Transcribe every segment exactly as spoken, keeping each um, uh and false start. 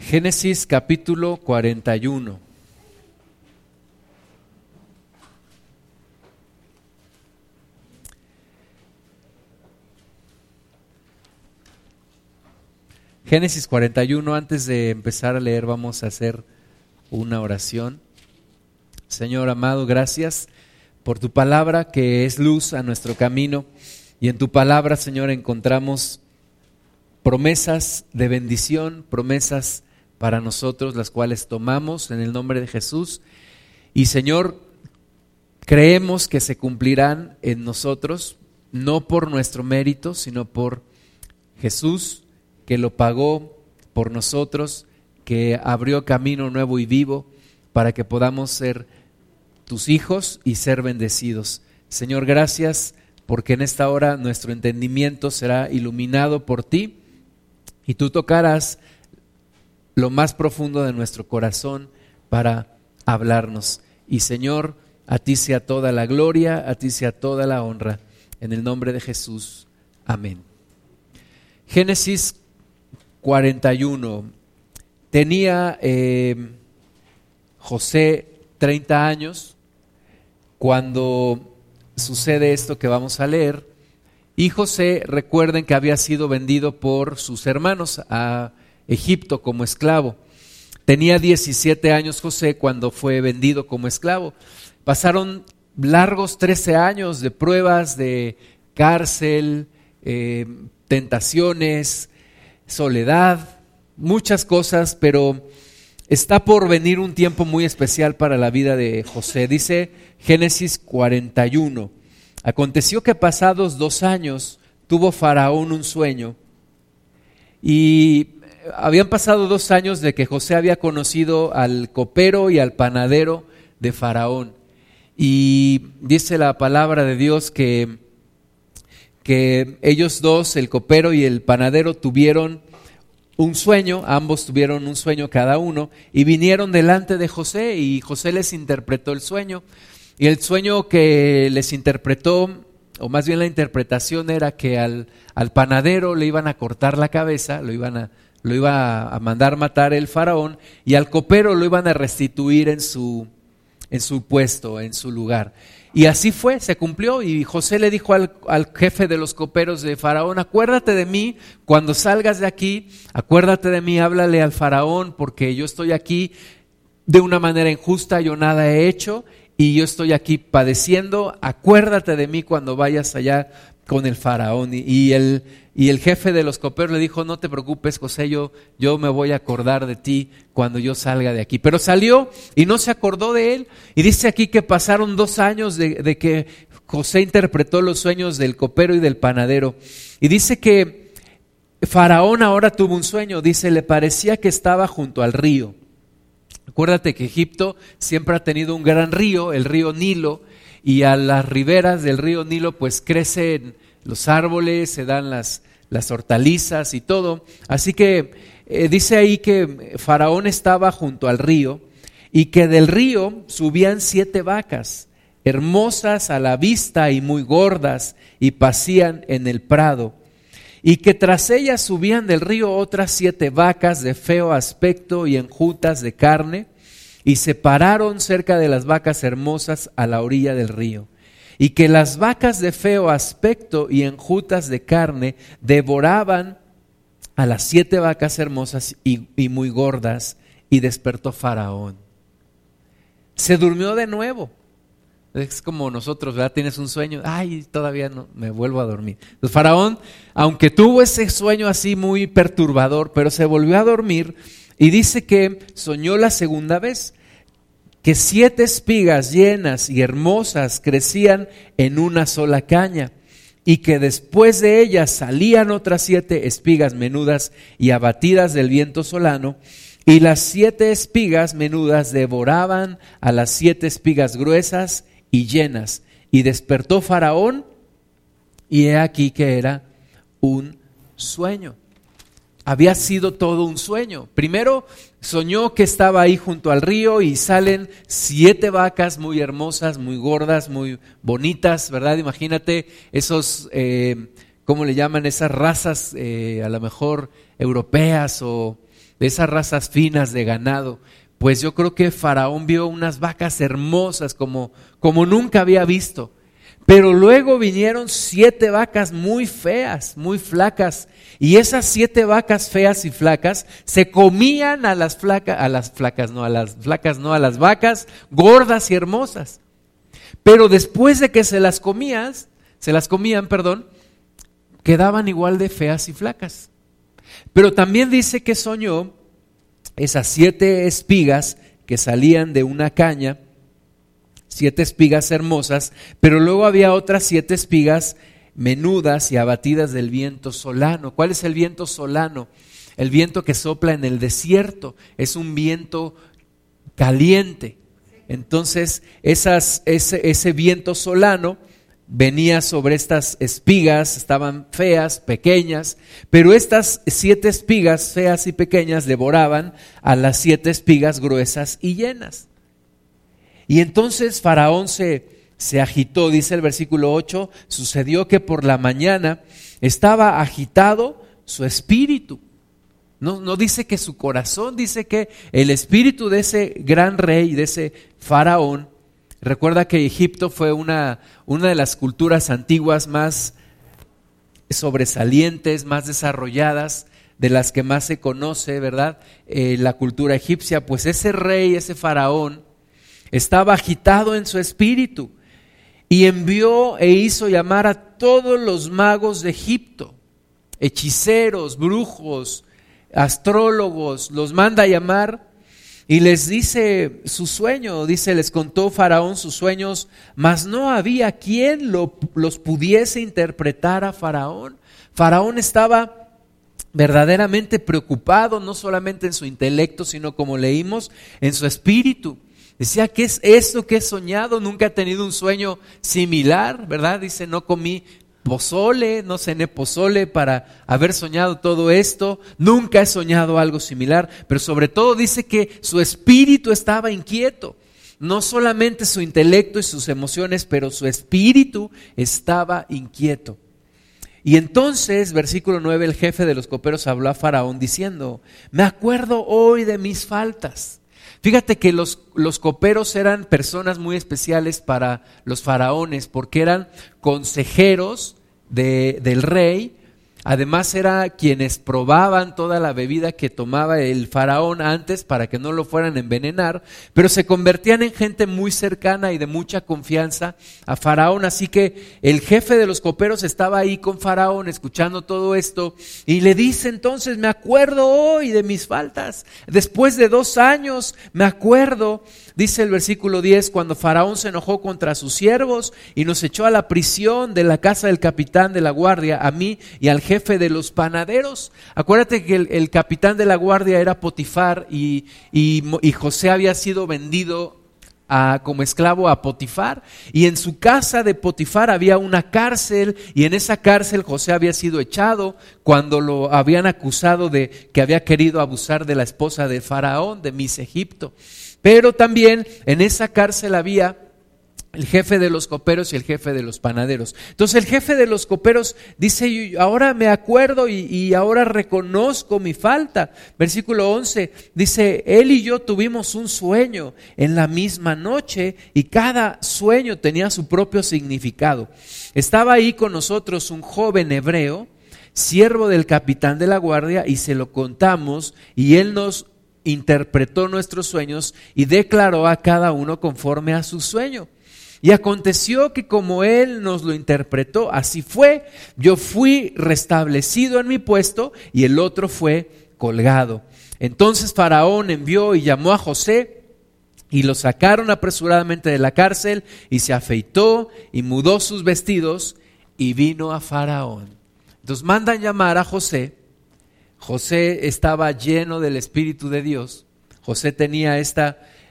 Génesis capítulo cuarenta y uno. Génesis cuarenta y uno, antes de empezar a leer vamos a hacer una oración. Señor amado, gracias por tu palabra que es luz a nuestro camino, y en tu palabra, Señor, encontramos promesas de bendición, promesas para nosotros, las cuales tomamos en el nombre de Jesús. Y Señor, creemos que se cumplirán en nosotros, no por nuestro mérito, sino por Jesús, que lo pagó por nosotros, que abrió camino nuevo y vivo para que podamos ser tus hijos y ser bendecidos. Señor, gracias porque en esta hora nuestro entendimiento será iluminado por ti y tú tocarás lo más profundo de nuestro corazón para hablarnos. Y Señor, a ti sea toda la gloria, a ti sea toda la honra, en el nombre de Jesús. Amén. Génesis cuarenta y uno. Tenía eh, José treinta años cuando sucede esto que vamos a leer. Y José, recuerden que había sido vendido por sus hermanos a Egipto como esclavo. Tenía diecisiete años José cuando fue vendido como esclavo. Pasaron largos trece años de pruebas, de cárcel, eh, tentaciones, soledad, muchas cosas, pero está por venir un tiempo muy especial para la vida de José. Dice Génesis cuarenta y uno: aconteció que pasados dos años tuvo Faraón un sueño. Y habían pasado dos años de que José había conocido al copero y al panadero de Faraón. Y dice la palabra de Dios que que ellos dos, el copero y el panadero, tuvieron un sueño, ambos tuvieron un sueño cada uno, y vinieron delante de José, y José les interpretó el sueño. Y el sueño que les interpretó, o más bien la interpretación, era que al, al panadero le iban a cortar la cabeza, lo iban a, lo iba a mandar matar el faraón, y al copero lo iban a restituir en su, en su puesto, en su lugar. Y así fue, se cumplió, y José le dijo al, al jefe de los coperos de Faraón: acuérdate de mí cuando salgas de aquí, acuérdate de mí, háblale al Faraón, porque yo estoy aquí de una manera injusta, yo nada he hecho, y yo estoy aquí padeciendo, acuérdate de mí cuando vayas allá con el Faraón. Y, y, el, y el jefe de los coperos le dijo: no te preocupes, José, yo, yo me voy a acordar de ti cuando yo salga de aquí. Pero salió y no se acordó de él. Y dice aquí que pasaron dos años de, de que José interpretó los sueños del copero y del panadero. Y dice que Faraón ahora tuvo un sueño. Dice, le parecía que estaba junto al río. Acuérdate que Egipto siempre ha tenido un gran río, el río Nilo, y a las riberas del río Nilo pues crecen los árboles, se dan las, las hortalizas y todo. Así que eh, dice ahí que Faraón estaba junto al río y que del río subían siete vacas, hermosas a la vista y muy gordas, y pacían en el prado. Y que tras ellas subían del río otras siete vacas de feo aspecto y enjutas de carne, y se pararon cerca de las vacas hermosas a la orilla del río. Y que las vacas de feo aspecto y enjutas de carne devoraban a las siete vacas hermosas y, y muy gordas, y despertó Faraón. Se durmió de nuevo. Es como nosotros, ¿verdad? Tienes un sueño, ay, todavía no, me vuelvo a dormir. Entonces Faraón, aunque tuvo ese sueño así muy perturbador, pero se volvió a dormir, y dice que soñó la segunda vez, que siete espigas llenas y hermosas crecían en una sola caña, y que después de ellas salían otras siete espigas menudas y abatidas del viento solano, y las siete espigas menudas devoraban a las siete espigas gruesas y llenas. Y despertó Faraón, y he aquí que era un sueño. Había sido todo un sueño. Primero soñó que estaba ahí junto al río y salen siete vacas muy hermosas, muy gordas, muy bonitas, ¿verdad? Imagínate esos, eh, ¿cómo le llaman? Esas razas eh, a lo mejor europeas o de esas razas finas de ganado, pues yo creo que Faraón vio unas vacas hermosas como, como nunca había visto. Pero luego vinieron siete vacas muy feas, muy flacas, y esas siete vacas feas y flacas se comían a las flacas, a las flacas no, a las flacas no, a las vacas gordas y hermosas. Pero después de que se las comías, se las comían, perdón, quedaban igual de feas y flacas. Pero también dice que soñó esas siete espigas que salían de una caña, siete espigas hermosas, pero luego había otras siete espigas menudas y abatidas del viento solano. ¿Cuál es el viento solano? El viento que sopla en el desierto, es un viento caliente. Entonces esas, ese, ese viento solano venía sobre estas espigas, estaban feas, pequeñas, pero estas siete espigas feas y pequeñas devoraban a las siete espigas gruesas y llenas. Y entonces Faraón se, se agitó, dice el versículo ocho, sucedió que por la mañana estaba agitado su espíritu. No, no dice que su corazón, dice que el espíritu de ese gran rey, de ese Faraón. Recuerda que Egipto fue una, una de las culturas antiguas más sobresalientes, más desarrolladas, de las que más se conoce, ¿verdad? Eh, la cultura egipcia, pues ese rey, ese Faraón, estaba agitado en su espíritu y envió e hizo llamar a todos los magos de Egipto, hechiceros, brujos, astrólogos, los manda a llamar y les dice su sueño. Dice, les contó Faraón sus sueños, mas no había quien lo, los pudiese interpretar a Faraón. Faraón estaba verdaderamente preocupado, no solamente en su intelecto, sino como leímos, en su espíritu. Decía, ¿qué es esto que he soñado? Nunca he tenido un sueño similar, ¿verdad? Dice, no comí pozole, no cené pozole para haber soñado todo esto. Nunca he soñado algo similar, pero sobre todo dice que su espíritu estaba inquieto. No solamente su intelecto y sus emociones, pero su espíritu estaba inquieto. Y entonces, versículo nueve, el jefe de los coperos habló a Faraón diciendo, me acuerdo hoy de mis faltas. Fíjate que los, los coperos eran personas muy especiales para los faraones porque eran consejeros de, del rey. Además eran quienes probaban toda la bebida que tomaba el faraón antes para que no lo fueran a envenenar, pero se convertían en gente muy cercana y de mucha confianza a Faraón. Así que el jefe de los coperos estaba ahí con Faraón escuchando todo esto y le dice entonces, me acuerdo hoy de mis faltas, después de dos años me acuerdo. Dice el versículo diez, cuando Faraón se enojó contra sus siervos y nos echó a la prisión de la casa del capitán de la guardia, a mí y al jefe de los panaderos. Acuérdate que el, el capitán de la guardia era Potifar y, y, y José había sido vendido a, como esclavo a Potifar, y en su casa de Potifar había una cárcel, y en esa cárcel José había sido echado cuando lo habían acusado de que había querido abusar de la esposa de Faraón, de Miss Egipto. Pero también en esa cárcel había el jefe de los coperos y el jefe de los panaderos. Entonces el jefe de los coperos dice, ahora me acuerdo y, y ahora reconozco mi falta. Versículo once dice, él y yo tuvimos un sueño en la misma noche y cada sueño tenía su propio significado. Estaba ahí con nosotros un joven hebreo, siervo del capitán de la guardia, y se lo contamos y él nos interpretó nuestros sueños y declaró a cada uno conforme a su sueño. Y aconteció que como él nos lo interpretó, así fue. Yo fui restablecido en mi puesto y el otro fue colgado. Entonces Faraón envió y llamó a José y lo sacaron apresuradamente de la cárcel y se afeitó y mudó sus vestidos y vino a Faraón. Entonces mandan llamar a José. José estaba lleno del Espíritu de Dios. José tenía esta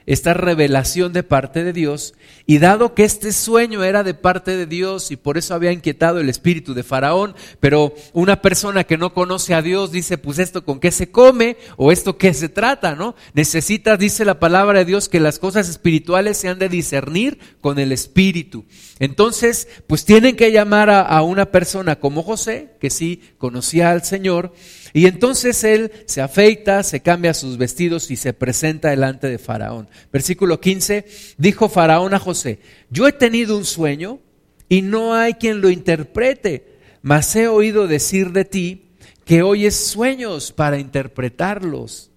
esta revelación de parte de Dios, y dado que este sueño era de parte de Dios y por eso había inquietado el espíritu de Faraón, pero una persona que no conoce a Dios dice, pues esto con qué se come o esto qué se trata, ¿no? Necesita, dice la palabra de Dios, que las cosas espirituales se han de discernir con el espíritu. Entonces, pues tienen que llamar a, a una persona como José, que sí conocía al Señor, y entonces él se afeita, se cambia sus vestidos y se presenta delante de Faraón. Versículo quince, dijo Faraón a José, yo he tenido un sueño y no hay quien lo interprete, mas he oído decir de ti que oyes sueños para interpretarlos.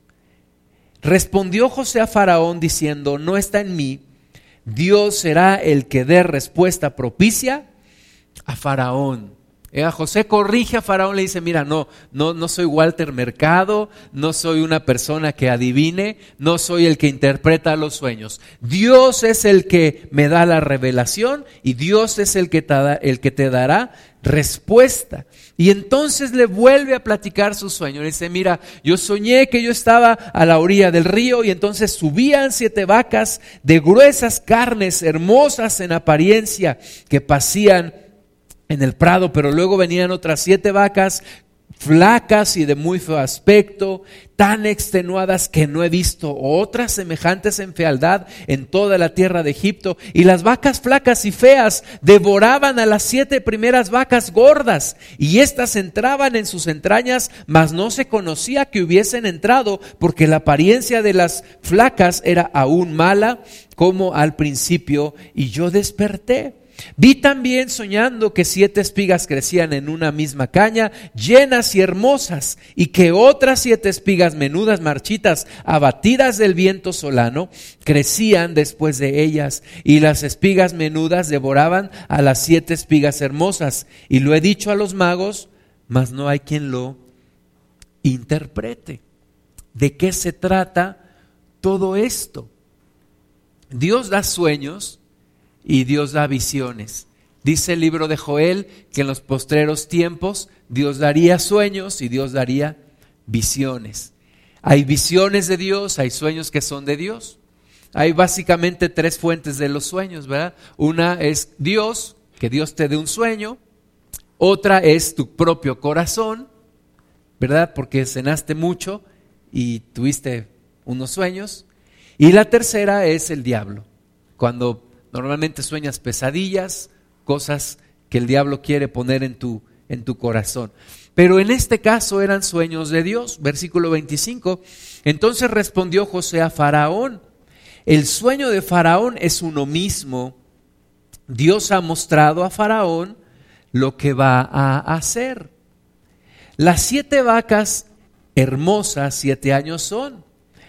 Respondió José a Faraón diciendo, no está en mí, Dios será el que dé respuesta propicia a Faraón. Eh, José corrige a Faraón, le dice, mira, no, no, no soy Walter Mercado, no soy una persona que adivine, no soy el que interpreta los sueños. Dios es el que me da la revelación y Dios es el que te da, el que te dará respuesta. Y entonces le vuelve a platicar su sueño. Le dice, mira, yo soñé que yo estaba a la orilla del río y entonces subían siete vacas de gruesas carnes, hermosas en apariencia, que pasían en el prado, pero luego venían otras siete vacas flacas y de muy feo aspecto, tan extenuadas que no he visto otras semejantes en fealdad en toda la tierra de Egipto. Y las vacas flacas y feas devoraban a las siete primeras vacas gordas, y éstas entraban en sus entrañas, mas no se conocía que hubiesen entrado, porque la apariencia de las flacas era aún mala como al principio, y yo desperté. Vi también soñando que siete espigas crecían en una misma caña, llenas y hermosas, y que otras siete espigas menudas, marchitas, abatidas del viento solano, crecían después de ellas, y las espigas menudas devoraban a las siete espigas hermosas. Y lo he dicho a los magos, mas no hay quien lo interprete. ¿De qué se trata todo esto? Dios da sueños y Dios da visiones. Dice el libro de Joel que en los postreros tiempos Dios daría sueños y Dios daría visiones. Hay visiones de Dios, hay sueños que son de Dios. Hay básicamente tres fuentes de los sueños, ¿verdad? Una es Dios, que Dios te dé un sueño. Otra es tu propio corazón, ¿verdad? Porque cenaste mucho y tuviste unos sueños. Y la tercera es el diablo, cuando normalmente sueñas pesadillas, cosas que el diablo quiere poner en tu, en tu corazón. Pero en este caso eran sueños de Dios. Versículo veinticinco. Entonces respondió José a Faraón, el sueño de Faraón es uno mismo. Dios ha mostrado a Faraón lo que va a hacer. Las siete vacas hermosas siete años son,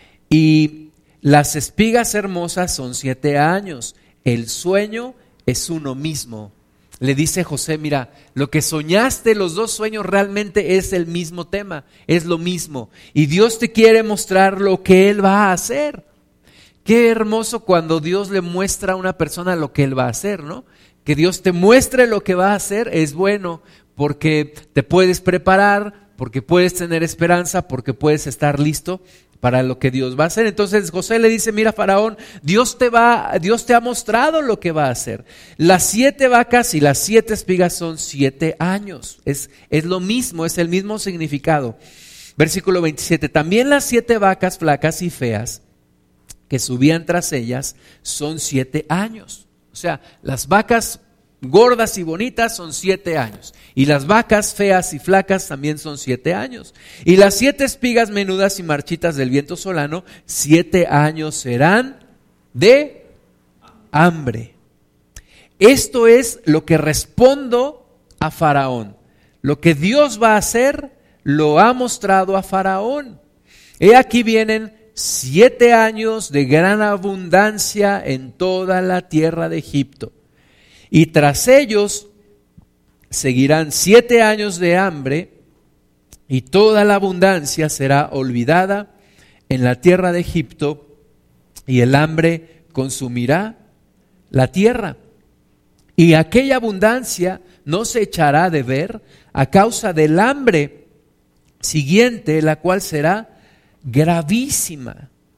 y las espigas hermosas son siete años. El sueño es uno mismo. Le dice José, mira, lo que soñaste, los dos sueños realmente es el mismo tema, es lo mismo. Y Dios te quiere mostrar lo que Él va a hacer. Qué hermoso cuando Dios le muestra a una persona lo que Él va a hacer, ¿no? Que Dios te muestre lo que va a hacer es bueno, porque te puedes preparar, porque puedes tener esperanza, porque puedes estar listo para lo que Dios va a hacer. Entonces José le dice, mira Faraón, Dios te va, Dios te ha mostrado lo que va a hacer. Las siete vacas y las siete espigas son siete años. Es, es lo mismo, es el mismo significado. Versículo veintisiete, también las siete vacas flacas y feas que subían tras ellas son siete años. O sea, las vacas gordas y bonitas son siete años, y las vacas feas y flacas también son siete años, y las siete espigas menudas y marchitas del viento solano, siete años serán de hambre. Esto es lo que respondo a Faraón. Lo que Dios va a hacer lo ha mostrado a Faraón. He aquí vienen siete años de gran abundancia en toda la tierra de Egipto. Y tras ellos seguirán siete años de hambre, y toda la abundancia será olvidada en la tierra de Egipto, y el hambre consumirá la tierra. Y aquella abundancia no se echará de ver a causa del hambre siguiente, la cual será gravísima.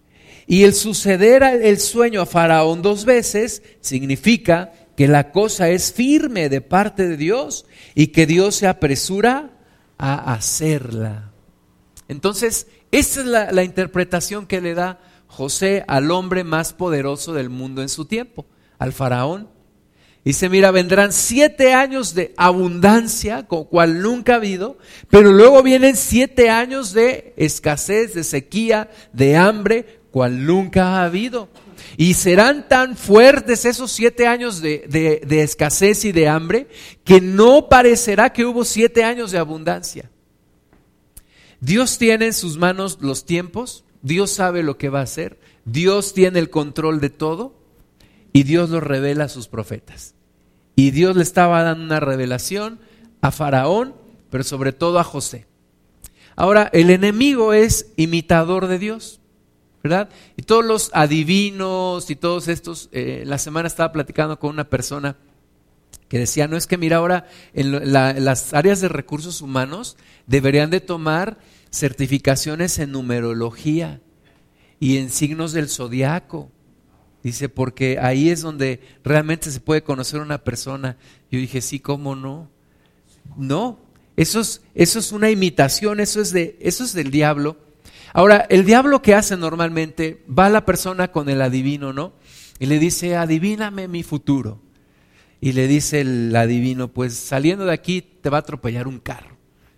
Y el suceder el sueño a Faraón dos veces significa que la cosa es firme de parte de Dios y que Dios se apresura a hacerla. Entonces, esa es la, la interpretación que le da José al hombre más poderoso del mundo en su tiempo, al Faraón. Dice, mira, vendrán siete años de abundancia, con cual nunca ha habido, pero luego vienen siete años de escasez, de sequía, de hambre, cual nunca ha habido. Y serán tan fuertes esos siete años de, de, de escasez y de hambre, que no parecerá que hubo siete años de abundancia. Dios tiene en sus manos los tiempos, Dios sabe lo que va a hacer, Dios tiene el control de todo, y Dios lo revela a sus profetas. Y Dios le estaba dando una revelación a Faraón, pero sobre todo a José. Ahora, el enemigo es imitador de Dios, ¿verdad? Y todos los adivinos y todos estos, eh, la semana estaba platicando con una persona que decía, no, es que mira, ahora en la, las áreas de recursos humanos deberían de tomar certificaciones en numerología y en signos del zodiaco. Dice, porque ahí es donde realmente se puede conocer una persona. Yo dije, sí, ¿cómo no? No, eso es, eso es una imitación, eso es, de, eso es del diablo. Ahora, el diablo que hace normalmente, va a la persona con el adivino, ¿no? Y le dice, adivíname mi futuro. Y le dice el adivino, pues saliendo de aquí te va a atropellar un carro.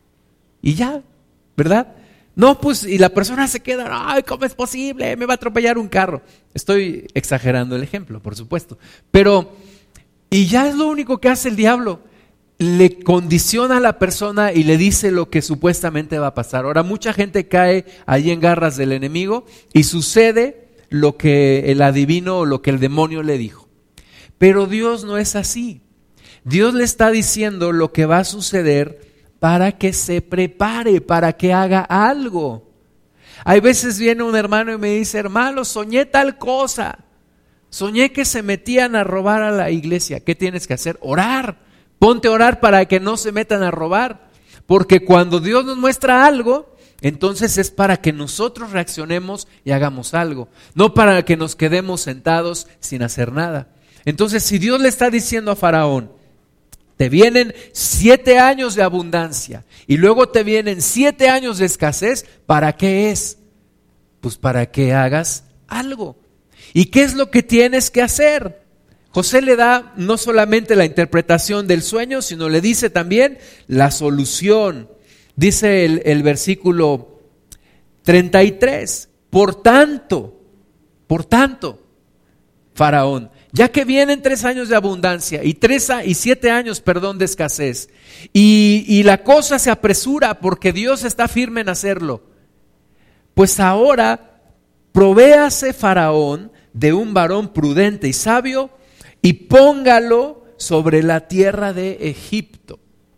Y ya, ¿verdad? No, pues, y la persona se queda, ay, ¿cómo es posible? Me va a atropellar un carro. Estoy exagerando el ejemplo, por supuesto. Pero, y ya es lo único que hace el diablo. Le condiciona a la persona y le dice lo que supuestamente va a pasar. Ahora, mucha gente cae allí en garras del enemigo y sucede lo que el adivino o lo que el demonio le dijo. Pero Dios no es así. Dios le está diciendo lo que va a suceder para que se prepare, para que haga algo. Hay veces viene un hermano y me dice, hermano, soñé tal cosa. Soñé que se metían a robar a la iglesia. ¿Qué tienes que hacer? Orar. Ponte a orar para que no se metan a robar. Porque cuando Dios nos muestra algo, entonces es para que nosotros reaccionemos y hagamos algo. No para que nos quedemos sentados sin hacer nada. Entonces, si Dios le está diciendo a Faraón, te vienen siete años de abundancia y luego te vienen siete años de escasez, ¿para qué es? Pues para que hagas algo. ¿Y qué es lo que tienes que hacer? José le da no solamente la interpretación del sueño, sino le dice también la solución. Dice el, el versículo treinta y tres, por tanto, por tanto, Faraón, ya que vienen tres años de abundancia y tres y siete años, perdón, de escasez, y, y la cosa se apresura porque Dios está firme en hacerlo, pues ahora provéase Faraón de un varón prudente y sabio y póngalo sobre la tierra de Egipto.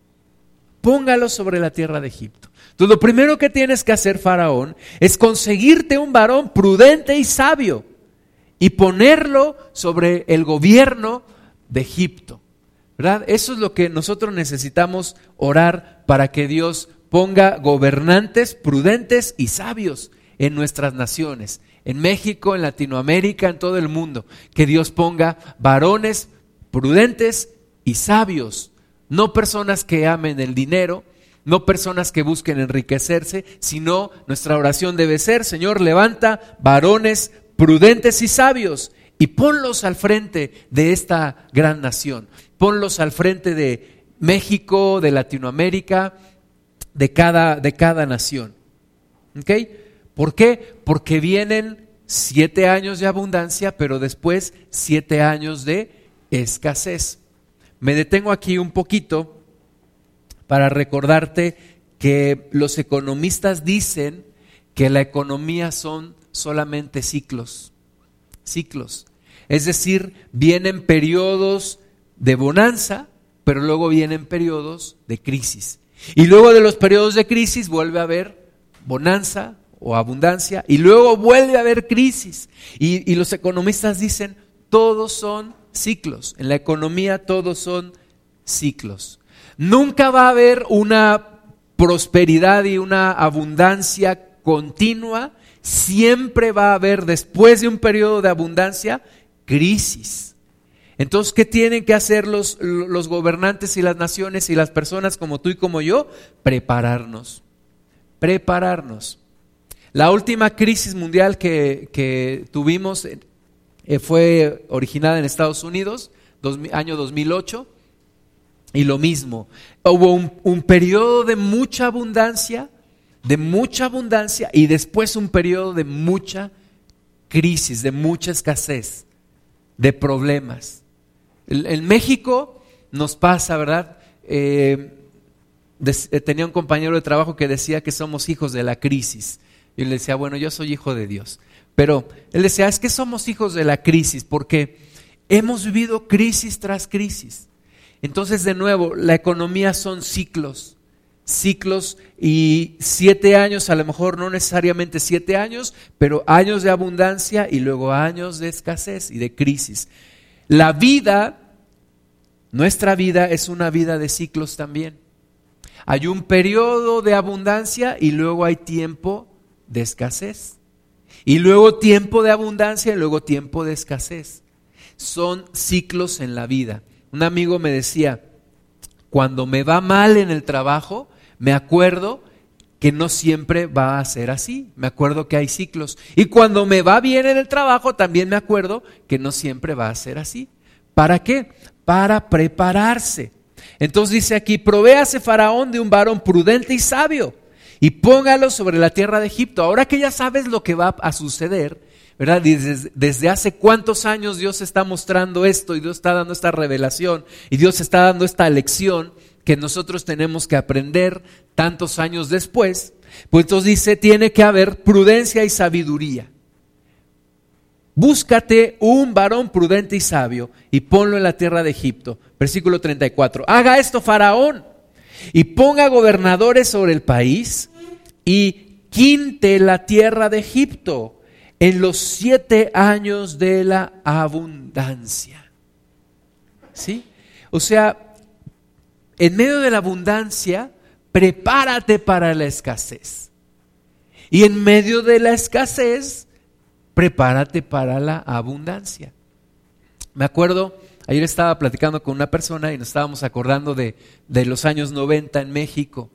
Póngalo sobre la tierra de Egipto. Entonces, lo primero que tienes que hacer, Faraón, es conseguirte un varón prudente y sabio y ponerlo sobre el gobierno de Egipto, ¿verdad? Eso es lo que nosotros necesitamos orar para que Dios ponga gobernantes prudentes y sabios en nuestras naciones, en México, en Latinoamérica, en todo el mundo. Que Dios ponga varones prudentes y sabios, no personas que amen el dinero, no personas que busquen enriquecerse, sino nuestra oración debe ser, Señor, levanta varones prudentes y sabios y ponlos al frente de esta gran nación, ponlos al frente de México, de Latinoamérica, de cada, de cada nación. ¿Ok? ¿Por qué? Porque vienen siete años de abundancia, pero después siete años de escasez. Me detengo aquí un poquito para recordarte que los economistas dicen que la economía son solamente ciclos, ciclos. Es decir, vienen periodos de bonanza, pero luego vienen periodos de crisis. Y luego de los periodos de crisis vuelve a haber bonanza o abundancia y luego vuelve a haber crisis. Y, y los economistas dicen, todos son ciclos. En la economía todos son ciclos. Nunca va a haber una prosperidad y una abundancia continua siempre va a haber, después de un periodo de abundancia, crisis. Entonces, ¿qué tienen que hacer los, los gobernantes y las naciones y las personas como tú y como yo? Prepararnos, prepararnos. La última crisis mundial que, que tuvimos eh, fue originada en Estados Unidos, dos, año dos mil ocho, y lo mismo. Hubo un, un periodo de mucha abundancia, de mucha abundancia, y después un periodo de mucha crisis, de mucha escasez, de problemas. En, en México nos pasa, ¿verdad? Eh, des, eh, tenía un compañero de trabajo que decía que somos hijos de la crisis. Y le decía, bueno, yo soy hijo de Dios. Pero él decía, es que somos hijos de la crisis porque hemos vivido crisis tras crisis. Entonces, de nuevo, la economía son ciclos, ciclos y siete años, a lo mejor no necesariamente siete años, pero años de abundancia y luego años de escasez y de crisis. La vida, nuestra vida es una vida de ciclos también. Hay un periodo de abundancia y luego hay tiempo de escasez. Y luego tiempo de abundancia y luego tiempo de escasez. Son ciclos en la vida. Un amigo me decía, cuando me va mal en el trabajo, me acuerdo que no siempre va a ser así. Me acuerdo que hay ciclos. Y cuando me va bien en el trabajo, también me acuerdo que no siempre va a ser así. ¿Para qué? Para prepararse. Entonces dice aquí, provéase Faraón de un varón prudente y sabio, y póngalo sobre la tierra de Egipto. Ahora que ya sabes lo que va a suceder, ¿verdad? Desde, desde hace cuántos años Dios está mostrando esto y Dios está dando esta revelación y Dios está dando esta lección que nosotros tenemos que aprender tantos años después. Pues entonces dice, tiene que haber prudencia y sabiduría. Búscate un varón prudente y sabio y ponlo en la tierra de Egipto. Versículo treinta y cuatro. Haga esto Faraón y ponga gobernadores sobre el país y quinte la tierra de Egipto en los siete años de la abundancia. ¿Sí? O sea, en medio de la abundancia, prepárate para la escasez. Y en medio de la escasez, prepárate para la abundancia. Me acuerdo, ayer estaba platicando con una persona y nos estábamos acordando de, de los años noventa en México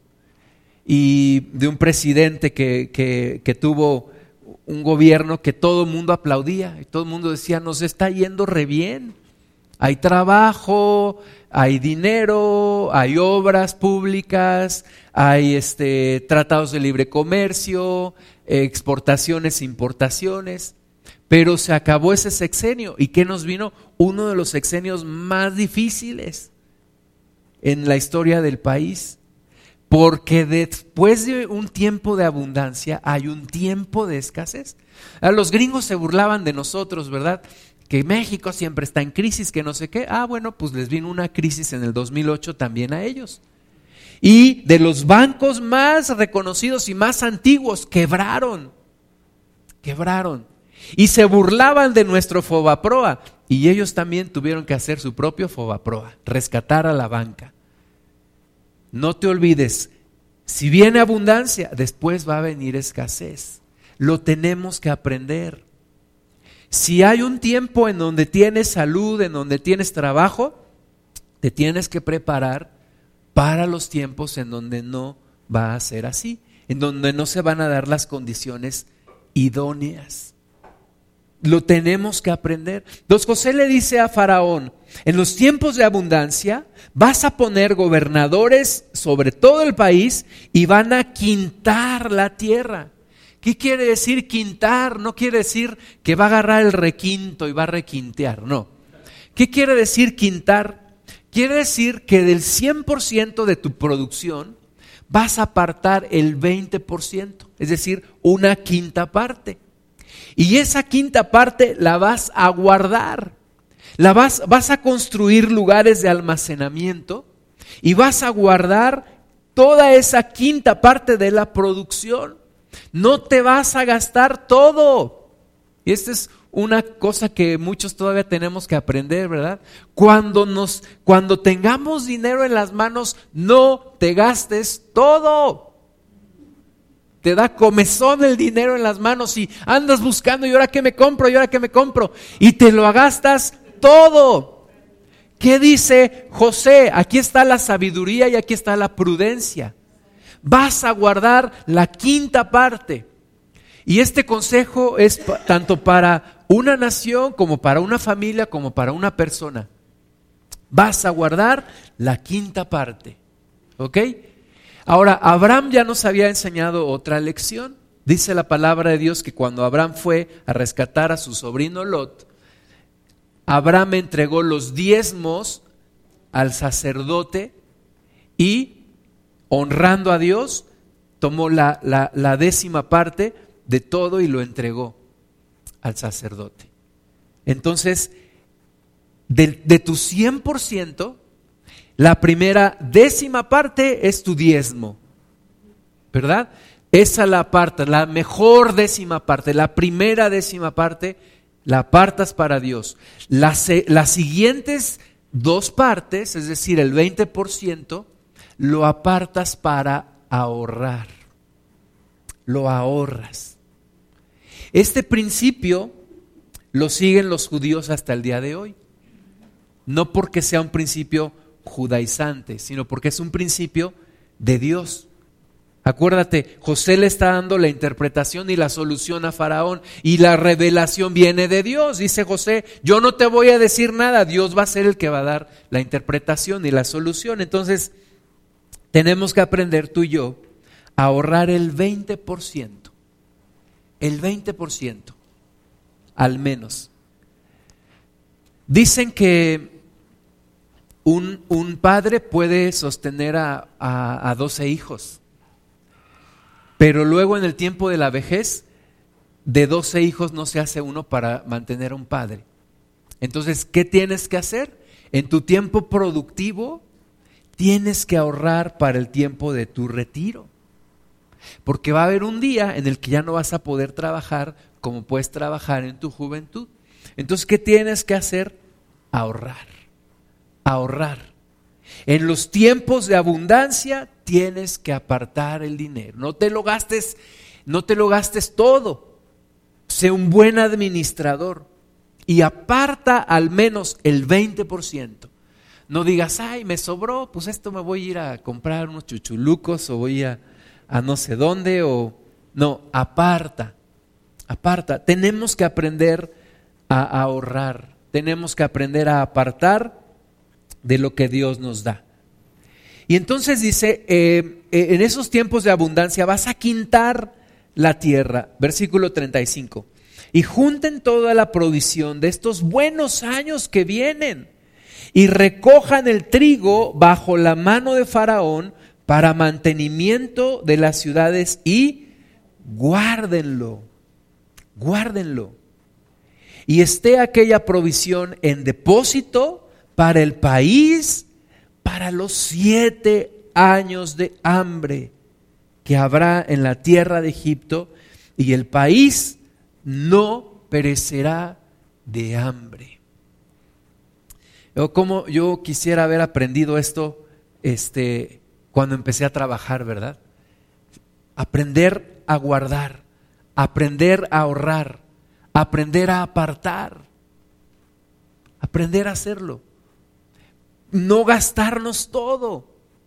y de un presidente que, que, que tuvo un gobierno que todo el mundo aplaudía y todo el mundo decía, nos está yendo re bien. Hay trabajo, hay dinero, hay obras públicas, hay este, tratados de libre comercio, exportaciones, importaciones, pero se acabó ese sexenio. ¿Y qué nos vino? Uno de los sexenios más difíciles en la historia del país, porque después de un tiempo de abundancia hay un tiempo de escasez. A los gringos se burlaban de nosotros, ¿verdad? Que México siempre está en crisis, que no sé qué. Ah, bueno, pues les vino una crisis en el dos mil ocho también a ellos. Y de los bancos más reconocidos y más antiguos, quebraron, quebraron. Y se burlaban de nuestro Fobaproa. Y ellos también tuvieron que hacer su propio Fobaproa, rescatar a la banca. No te olvides, si viene abundancia, después va a venir escasez. Lo tenemos que aprender. Si hay un tiempo en donde tienes salud, en donde tienes trabajo, te tienes que preparar para los tiempos en donde no va a ser así, en donde no se van a dar las condiciones idóneas. Lo tenemos que aprender. Entonces José le dice a Faraón, en los tiempos de abundancia vas a poner gobernadores sobre todo el país y van a quintar la tierra. ¿Qué quiere decir quintar? No quiere decir que va a agarrar el requinto y va a requintear, no. ¿Qué quiere decir quintar? Quiere decir que del cien por ciento de tu producción vas a apartar el veinte por ciento, es decir, una quinta parte. Y esa quinta parte la vas a guardar, la vas, vas a construir lugares de almacenamiento y vas a guardar toda esa quinta parte de la producción. No te vas a gastar todo. Y esta es una cosa que muchos todavía tenemos que aprender, ¿verdad? Cuando nos, cuando tengamos dinero en las manos, no te gastes todo. Te da comezón el dinero en las manos y andas buscando, ¿y ahora qué me compro? ¿Y ahora qué me compro? Y te lo gastas todo. ¿Qué dice José? Aquí está la sabiduría y aquí está la prudencia. Vas a guardar la quinta parte. Y este consejo es pa- tanto para una nación como para una familia como para una persona. Vas a guardar la quinta parte. ¿Ok? Ahora, Abraham ya nos había enseñado otra lección. Dice la palabra de Dios que cuando Abraham fue a rescatar a su sobrino Lot, Abraham entregó los diezmos al sacerdote y, honrando a Dios, tomó la, la, la décima parte de todo y lo entregó al sacerdote. Entonces, de, de tu cien por ciento, la primera décima parte es tu diezmo, ¿verdad? Esa la apartas, la mejor décima parte, la primera décima parte, la apartas para Dios. Las, las siguientes dos partes, es decir, el veinte por ciento, lo apartas para ahorrar. Lo ahorras. Este principio lo siguen los judíos hasta el día de hoy. No porque sea un principio judaizante, sino porque es un principio de Dios. Acuérdate, José le está dando la interpretación y la solución a Faraón y la revelación viene de Dios. Dice José, yo no te voy a decir nada, Dios va a ser el que va a dar la interpretación y la solución. Entonces, tenemos que aprender tú y yo a ahorrar el veinte por ciento, el veinte por ciento, al menos. Dicen que Un, un padre puede sostener a, a, a doce hijos, pero luego en el tiempo de la vejez, de doce hijos no se hace uno para mantener a un padre. Entonces, ¿qué tienes que hacer? En tu tiempo productivo, tienes que ahorrar para el tiempo de tu retiro. Porque va a haber un día en el que ya no vas a poder trabajar como puedes trabajar en tu juventud. Entonces, ¿qué tienes que hacer? Ahorrar. Ahorrar. En los tiempos de abundancia tienes que apartar el dinero. No te lo gastes, no te lo gastes todo. Sé un buen administrador y aparta al menos el veinte por ciento. No digas, ay, me sobró, pues esto me voy a ir a comprar unos chuchulucos o voy a, a no sé dónde. O no, aparta, aparta. Tenemos que aprender a ahorrar. Tenemos que aprender a apartar de lo que Dios nos da. Y entonces dice, eh, eh, en esos tiempos de abundancia vas a quintar la tierra, versículo treinta y cinco, y junten toda la provisión de estos buenos años que vienen y recojan el trigo bajo la mano de Faraón para mantenimiento de las ciudades y guárdenlo, guárdenlo. Y esté aquella provisión en depósito para el país, para los siete años de hambre que habrá en la tierra de Egipto, y el país no perecerá de hambre. Yo, como yo quisiera haber aprendido esto este, cuando empecé a trabajar, ¿verdad? Aprender a guardar, aprender a ahorrar, aprender a apartar, aprender a hacerlo. No gastarnos todo.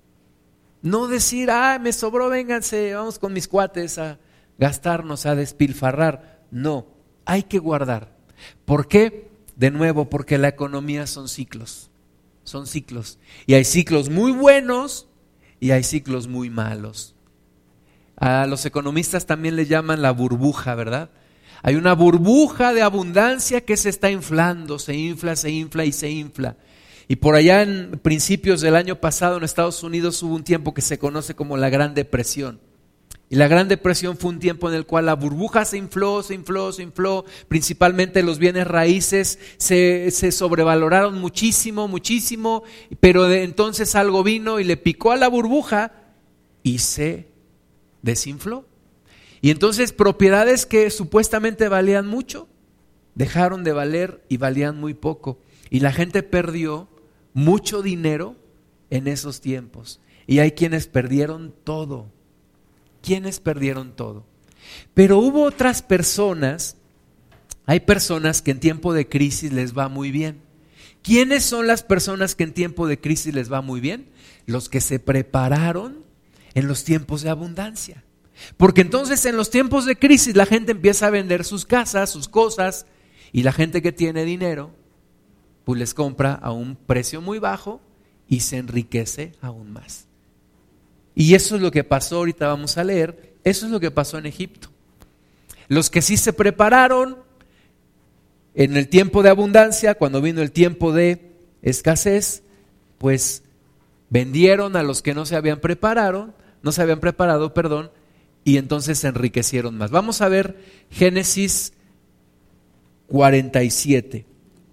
No decir, ah, me sobró, vénganse, vamos con mis cuates a gastarnos, a despilfarrar. No, hay que guardar. ¿Por qué? De nuevo, porque la economía son ciclos. Son ciclos. Y hay ciclos muy buenos y hay ciclos muy malos. A los economistas también le llaman la burbuja, ¿verdad? Hay una burbuja de abundancia que se está inflando, se infla, se infla y se infla. Y por allá en principios del año pasado en Estados Unidos hubo un tiempo que se conoce como la Gran Depresión. Y la Gran Depresión fue un tiempo en el cual la burbuja se infló, se infló, se infló. Principalmente los bienes raíces se, se sobrevaloraron muchísimo, muchísimo. Pero de entonces algo vino y le picó a la burbuja y se desinfló. Y entonces propiedades que supuestamente valían mucho, dejaron de valer y valían muy poco. Y la gente perdió mucho dinero en esos tiempos. Y hay quienes perdieron todo. ¿Quiénes perdieron todo? Pero hubo otras personas, hay personas que en tiempo de crisis les va muy bien. ¿Quiénes son las personas que en tiempo de crisis les va muy bien? Los que se prepararon en los tiempos de abundancia. Porque entonces en los tiempos de crisis la gente empieza a vender sus casas, sus cosas, y la gente que tiene dinero, pues les compra a un precio muy bajo y se enriquece aún más. Y eso es lo que pasó, ahorita vamos a leer, eso es lo que pasó en Egipto. Los que sí se prepararon en el tiempo de abundancia, cuando vino el tiempo de escasez, pues vendieron a los que no se habían preparado, no se habían preparado, perdón, y entonces se enriquecieron más. Vamos a ver Génesis cuarenta y siete.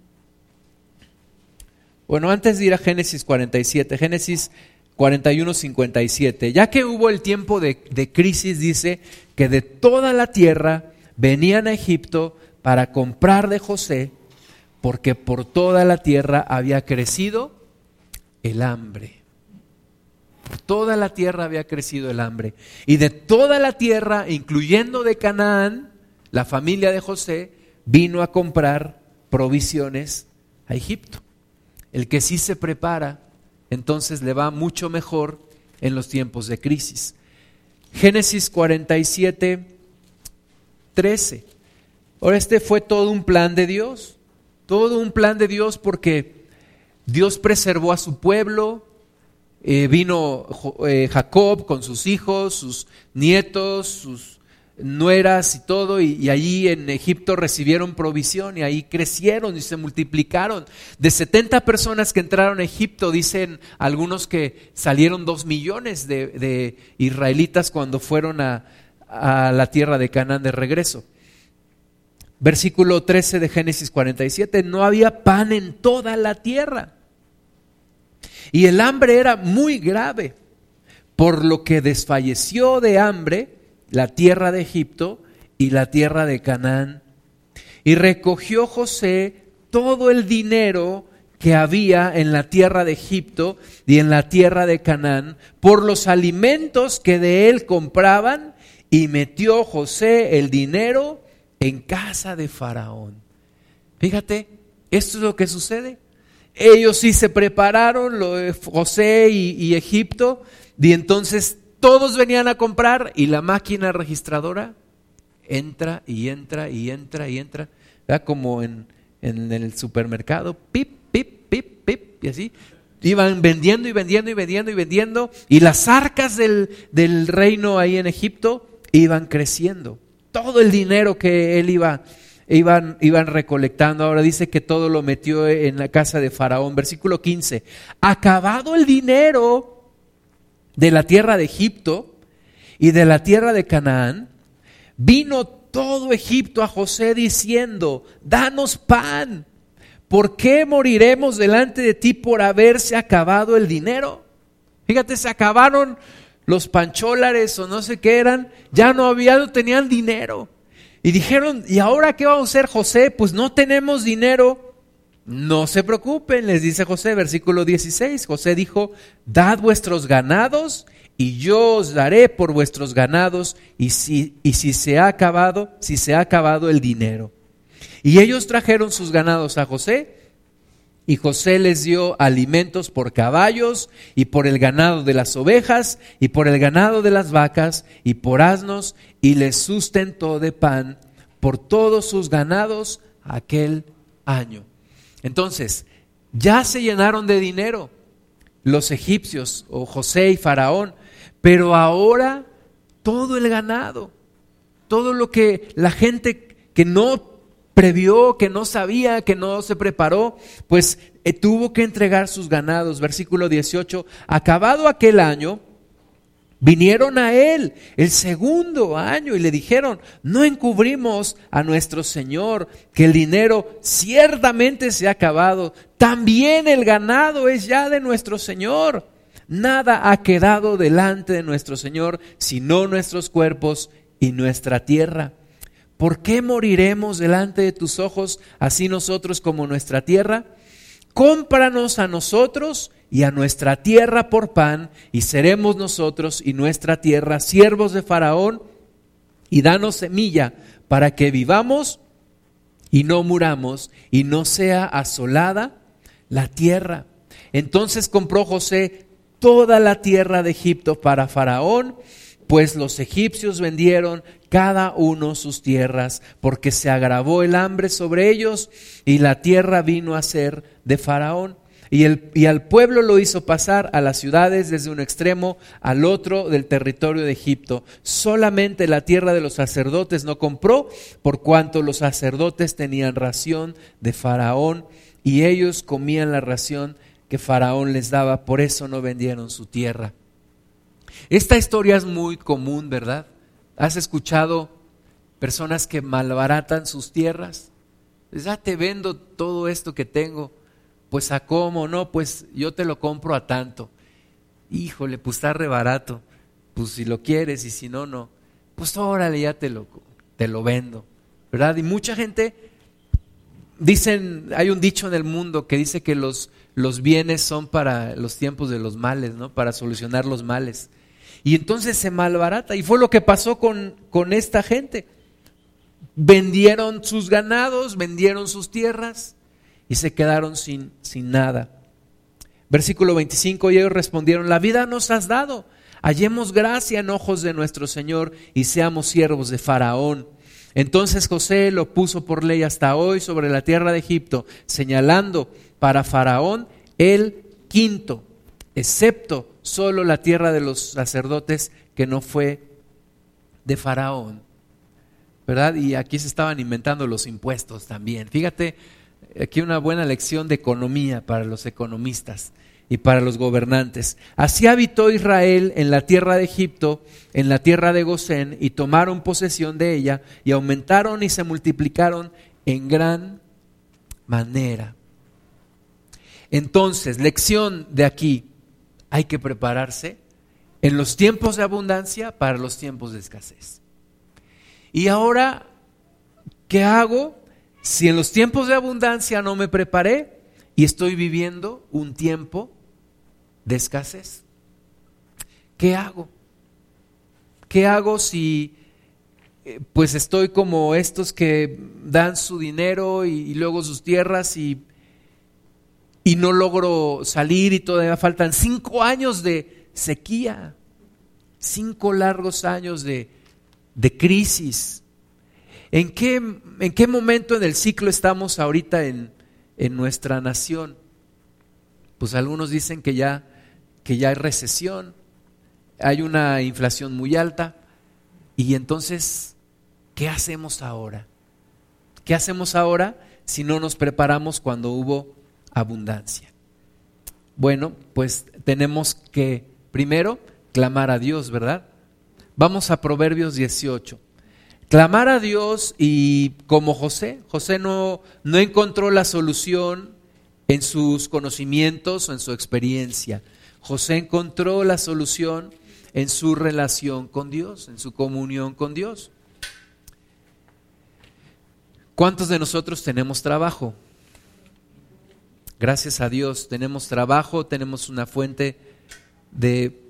Bueno, antes de ir a Génesis cuarenta y siete, Génesis cuarenta y uno, cincuenta y siete. Ya que hubo el tiempo de, de crisis, dice que de toda la tierra venían a Egipto para comprar de José, porque por toda la tierra había crecido el hambre. Por toda la tierra había crecido el hambre. Y de toda la tierra, incluyendo de Canaán, la familia de José vino a comprar provisiones a Egipto. El que sí se prepara, entonces le va mucho mejor en los tiempos de crisis. Génesis cuarenta y siete, trece. Ahora este fue todo un plan de Dios, todo un plan de Dios porque Dios preservó a su pueblo, eh, vino eh, Jacob con sus hijos, sus nietos, sus nueras y todo, y, y allí en Egipto recibieron provisión y ahí crecieron y se multiplicaron. De setenta personas que entraron a Egipto, dicen algunos que salieron dos millones de, de israelitas cuando fueron a, a la tierra de Canaán de regreso. Versículo trece de Génesis cuarenta y siete, no había pan en toda la tierra y el hambre era muy grave, por lo que desfalleció de hambre la tierra de Egipto y la tierra de Canaán. Y recogió José todo el dinero que había en la tierra de Egipto y en la tierra de Canaán por los alimentos que de él compraban, y metió José el dinero en casa de Faraón. Fíjate, esto es lo que sucede. Ellos sí se prepararon, lo de José y, y Egipto, y entonces todos venían a comprar y la máquina registradora entra y entra y entra y entra, ¿verdad? Como en, en el supermercado, pip, pip, pip, pip, y así. Iban vendiendo y vendiendo y vendiendo y vendiendo, y las arcas del, del reino ahí en Egipto iban creciendo. Todo el dinero que él iba, iban, iban recolectando, ahora dice que todo lo metió en la casa de Faraón. Versículo quince, acabado el dinero de la tierra de Egipto y de la tierra de Canaán, vino todo Egipto a José diciendo, danos pan, ¿por qué moriremos delante de ti por haberse acabado el dinero? Fíjate, se acabaron los pancholares o no sé qué eran, ya no había, no tenían dinero. Y dijeron, ¿y ahora qué vamos a hacer, José? Pues no tenemos dinero. No se preocupen, les dice José, versículo dieciséis. José dijo, dad vuestros ganados y yo os daré por vuestros ganados, y si, y si se ha acabado, si se ha acabado el dinero. Y ellos trajeron sus ganados a José, y José les dio alimentos por caballos, y por el ganado de las ovejas, y por el ganado de las vacas, y por asnos, y les sustentó de pan por todos sus ganados aquel año. Entonces, ya se llenaron de dinero los egipcios, o José y Faraón, pero ahora todo el ganado, todo lo que la gente que no previó, que no sabía, que no se preparó, pues eh, tuvo que entregar sus ganados. Versículo dieciocho, acabado aquel año, vinieron a él el segundo año y le dijeron, no encubrimos a nuestro Señor que el dinero ciertamente se ha acabado, también el ganado es ya de nuestro Señor. Nada ha quedado delante de nuestro Señor, sino nuestros cuerpos y nuestra tierra. ¿Por qué moriremos delante de tus ojos, así nosotros como nuestra tierra? Cómpranos a nosotros y a nuestra tierra por pan, y seremos nosotros y nuestra tierra siervos de Faraón, y danos semilla para que vivamos y no muramos, y no sea asolada la tierra. Entonces compró José toda la tierra de Egipto para Faraón, pues los egipcios vendieron cada uno sus tierras, porque se agravó el hambre sobre ellos, y la tierra vino a ser de Faraón. Y, el, y al pueblo lo hizo pasar a las ciudades desde un extremo al otro del territorio de Egipto. Solamente la tierra de los sacerdotes no compró, por cuanto los sacerdotes tenían ración de Faraón, y ellos comían la ración que Faraón les daba, por eso no vendieron su tierra. Esta historia es muy común, ¿verdad? ¿Has escuchado personas que malbaratan sus tierras? Ya te vendo todo esto que tengo. Pues a cómo, no, pues yo te lo compro a tanto. Híjole, pues está re barato. Pues si lo quieres y si no, no. Pues órale, ya te lo, te lo vendo, ¿verdad? Y mucha gente, dicen, hay un dicho en el mundo que dice que los, los bienes son para los tiempos de los males, ¿no? Para solucionar los males. Y entonces se malbarata, y fue lo que pasó con, con esta gente. Vendieron sus ganados, vendieron sus tierras, y se quedaron sin, sin nada. Versículo veinticinco, y ellos respondieron: la vida nos has dado, hallemos gracia en ojos de nuestro Señor y seamos siervos de Faraón. Entonces José lo puso por ley hasta hoy sobre la tierra de Egipto, señalando para Faraón el quinto, excepto solo la tierra de los sacerdotes, que no fue de Faraón, ¿verdad? Y aquí se estaban inventando los impuestos también. Fíjate, aquí una buena lección de economía para los economistas y para los gobernantes. Así habitó Israel en la tierra de Egipto, en la tierra de Gosén, y tomaron posesión de ella, y aumentaron y se multiplicaron en gran manera. Entonces, lección de aquí: hay que prepararse en los tiempos de abundancia para los tiempos de escasez. Y ahora, ¿qué hago si en los tiempos de abundancia no me preparé y estoy viviendo un tiempo de escasez? ¿Qué hago? ¿Qué hago si eh, pues estoy como estos que dan su dinero y, y luego sus tierras y, y no logro salir, y todavía faltan cinco años de sequía, cinco largos años de, de crisis? ¿En qué, en qué momento en el ciclo estamos ahorita en, en nuestra nación? Pues algunos dicen que ya, que ya hay recesión, hay una inflación muy alta, y entonces, ¿qué hacemos ahora? ¿Qué hacemos ahora si no nos preparamos cuando hubo abundancia? Bueno, pues tenemos que primero clamar a Dios, ¿verdad? Vamos a Proverbios dieciocho. Clamar a Dios, y como José, José no, no encontró la solución en sus conocimientos o en su experiencia. José encontró la solución en su relación con Dios, en su comunión con Dios. ¿Cuántos de nosotros tenemos trabajo? Gracias a Dios tenemos trabajo, tenemos una fuente de,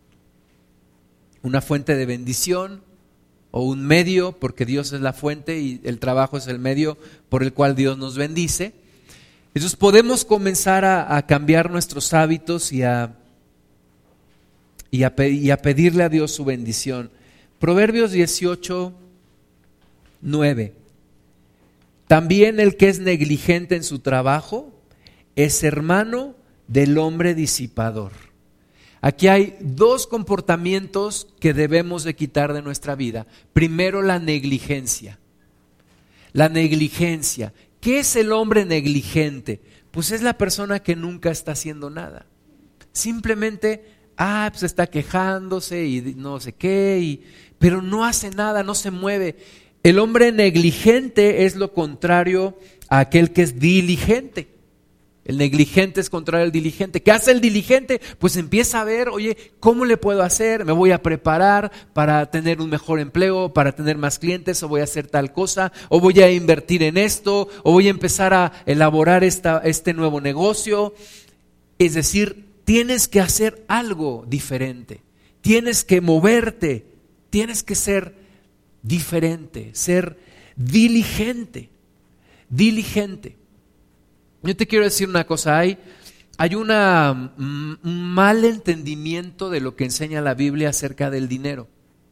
una fuente de bendición, o un medio, porque Dios es la fuente y el trabajo es el medio por el cual Dios nos bendice. Entonces podemos comenzar a, a cambiar nuestros hábitos y a, y, a, y a pedirle a Dios su bendición. Proverbios dieciocho, nueve. También el que es negligente en su trabajo es hermano del hombre disipador. Aquí hay dos comportamientos que debemos de quitar de nuestra vida. Primero, la negligencia. La negligencia. ¿Qué es el hombre negligente? Pues es la persona que nunca está haciendo nada. Simplemente, ah, pues está quejándose y no sé qué, y, pero no hace nada, no se mueve. El hombre negligente es lo contrario a aquel que es diligente. El negligente es contrario al diligente. ¿Qué hace el diligente? Pues empieza a ver, oye, ¿cómo le puedo hacer? Me voy a preparar para tener un mejor empleo, para tener más clientes, o voy a hacer tal cosa, o voy a invertir en esto, o voy a empezar a elaborar esta, este nuevo negocio. Es decir, tienes que hacer algo diferente, tienes que moverte, tienes que ser diferente, ser diligente, diligente. Yo te quiero decir una cosa, hay, hay una, un mal entendimiento de lo que enseña la Biblia acerca del dinero.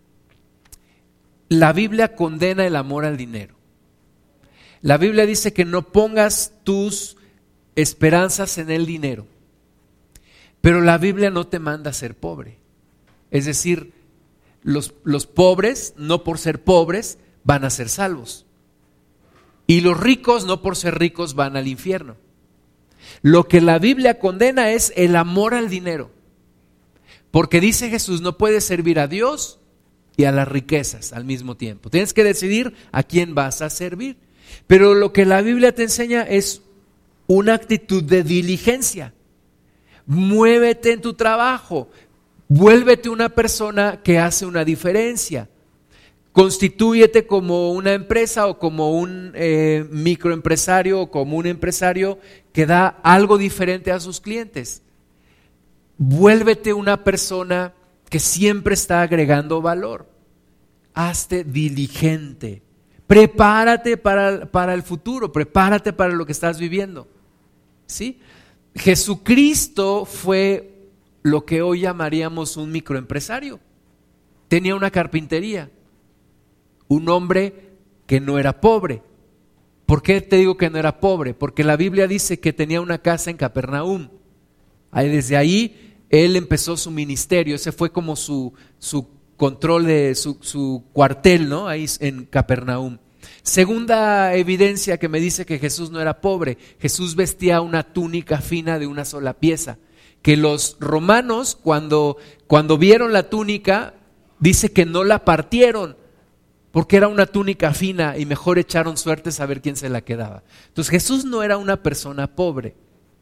La Biblia condena el amor al dinero. La Biblia dice que no pongas tus esperanzas en el dinero, pero la Biblia no te manda a ser pobre. Es decir, los, los pobres, no por ser pobres, van a ser salvos. Y los ricos, no por ser ricos, van al infierno. Lo que la Biblia condena es el amor al dinero. Porque dice Jesús, no puedes servir a Dios y a las riquezas al mismo tiempo. Tienes que decidir a quién vas a servir. Pero lo que la Biblia te enseña es una actitud de diligencia. Muévete en tu trabajo. Vuélvete una persona que hace una diferencia. Constitúyete como una empresa o como un eh, microempresario o como un empresario que da algo diferente a sus clientes. Vuélvete una persona que siempre está agregando valor. Hazte diligente. Prepárate para, para el futuro, prepárate para lo que estás viviendo. ¿Sí? Jesucristo fue lo que hoy llamaríamos un microempresario. Tenía una carpintería. Un hombre que no era pobre. ¿Por qué te digo que no era pobre? Porque la Biblia dice que tenía una casa en Capernaum. Ahí, desde ahí él empezó su ministerio. Ese fue como su, su control de su, su cuartel, ¿no? Ahí en Capernaum. Segunda evidencia que me dice que Jesús no era pobre. Jesús vestía una túnica fina de una sola pieza. Que los romanos cuando, cuando vieron la túnica, dice que no la partieron. Porque era una túnica fina y mejor echaron suertes a ver quién se la quedaba. Entonces Jesús no era una persona pobre.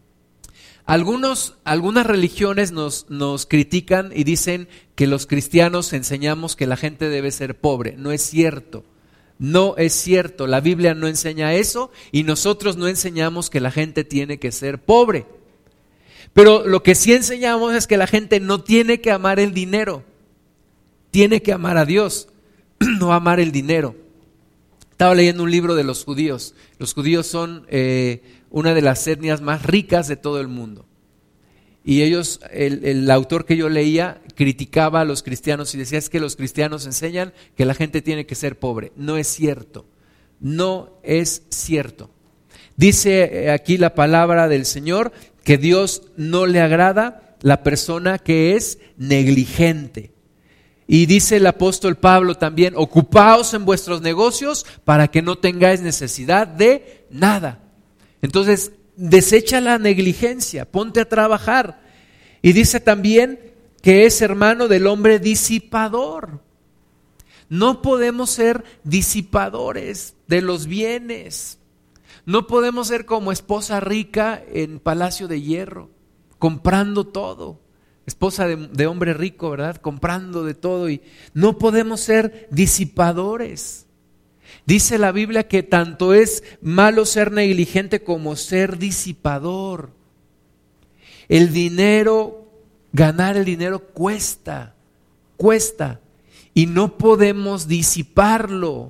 Algunos, algunas religiones nos, nos critican y dicen que los cristianos enseñamos que la gente debe ser pobre. No es cierto, no es cierto. La Biblia no enseña eso y nosotros no enseñamos que la gente tiene que ser pobre. Pero lo que sí enseñamos es que la gente no tiene que amar el dinero, tiene que amar a Dios. No amar el dinero. Estaba leyendo un libro de los judíos. Los judíos son eh, una de las etnias más ricas de todo el mundo. Y ellos, el, el autor que yo leía, criticaba a los cristianos y decía es que los cristianos enseñan que la gente tiene que ser pobre. No es cierto. No es cierto. Dice aquí la palabra del Señor que Dios no le agrada la persona que es negligente. Y dice el apóstol Pablo también, ocupaos en vuestros negocios para que no tengáis necesidad de nada. Entonces, desecha la negligencia, ponte a trabajar. Y dice también que es hermano del hombre disipador. No podemos ser disipadores de los bienes. No podemos ser como esposa rica en Palacio de Hierro, comprando todo. Esposa de, de hombre rico, ¿verdad? Comprando de todo y no podemos ser disipadores. Dice la Biblia que tanto es malo ser negligente como ser disipador. El dinero, ganar el dinero cuesta, cuesta y no podemos disiparlo.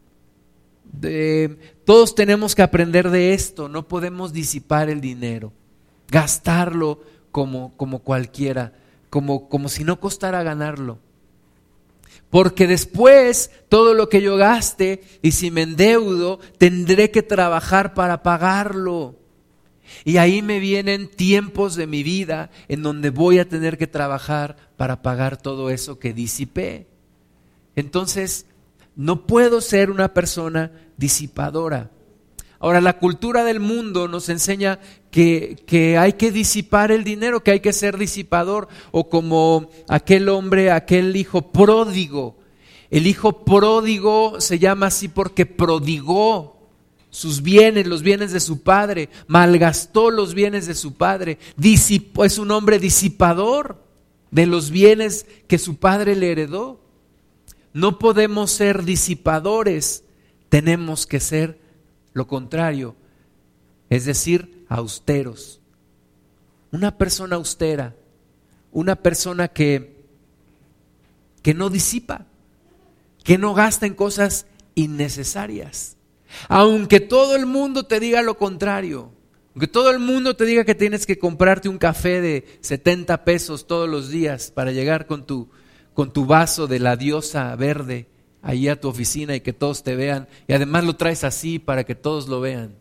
De, todos tenemos que aprender de esto, no podemos disipar el dinero, gastarlo Como, como cualquiera, como, como si no costara ganarlo. Porque después todo lo que yo gaste y si me endeudo, tendré que trabajar para pagarlo. Y ahí me vienen tiempos de mi vida en donde voy a tener que trabajar para pagar todo eso que disipé. Entonces, no puedo ser una persona disipadora. Ahora, la cultura del mundo nos enseña que, que hay que disipar el dinero, que hay que ser disipador, o como aquel hombre, aquel hijo pródigo. El hijo pródigo se llama así porque prodigó sus bienes, los bienes de su padre, malgastó los bienes de su padre, disipó, es un hombre disipador de los bienes que su padre le heredó. No podemos ser disipadores, tenemos que ser lo contrario, es decir, austeros. una persona austera, una persona que, que no disipa, que no gasta en cosas innecesarias. Aunque todo el mundo te diga lo contrario, aunque todo el mundo te diga que tienes que comprarte un café de setenta pesos todos los días para llegar con tu, con tu vaso de la diosa verde ahí a tu oficina y que todos te vean, y además lo traes así para que todos lo vean.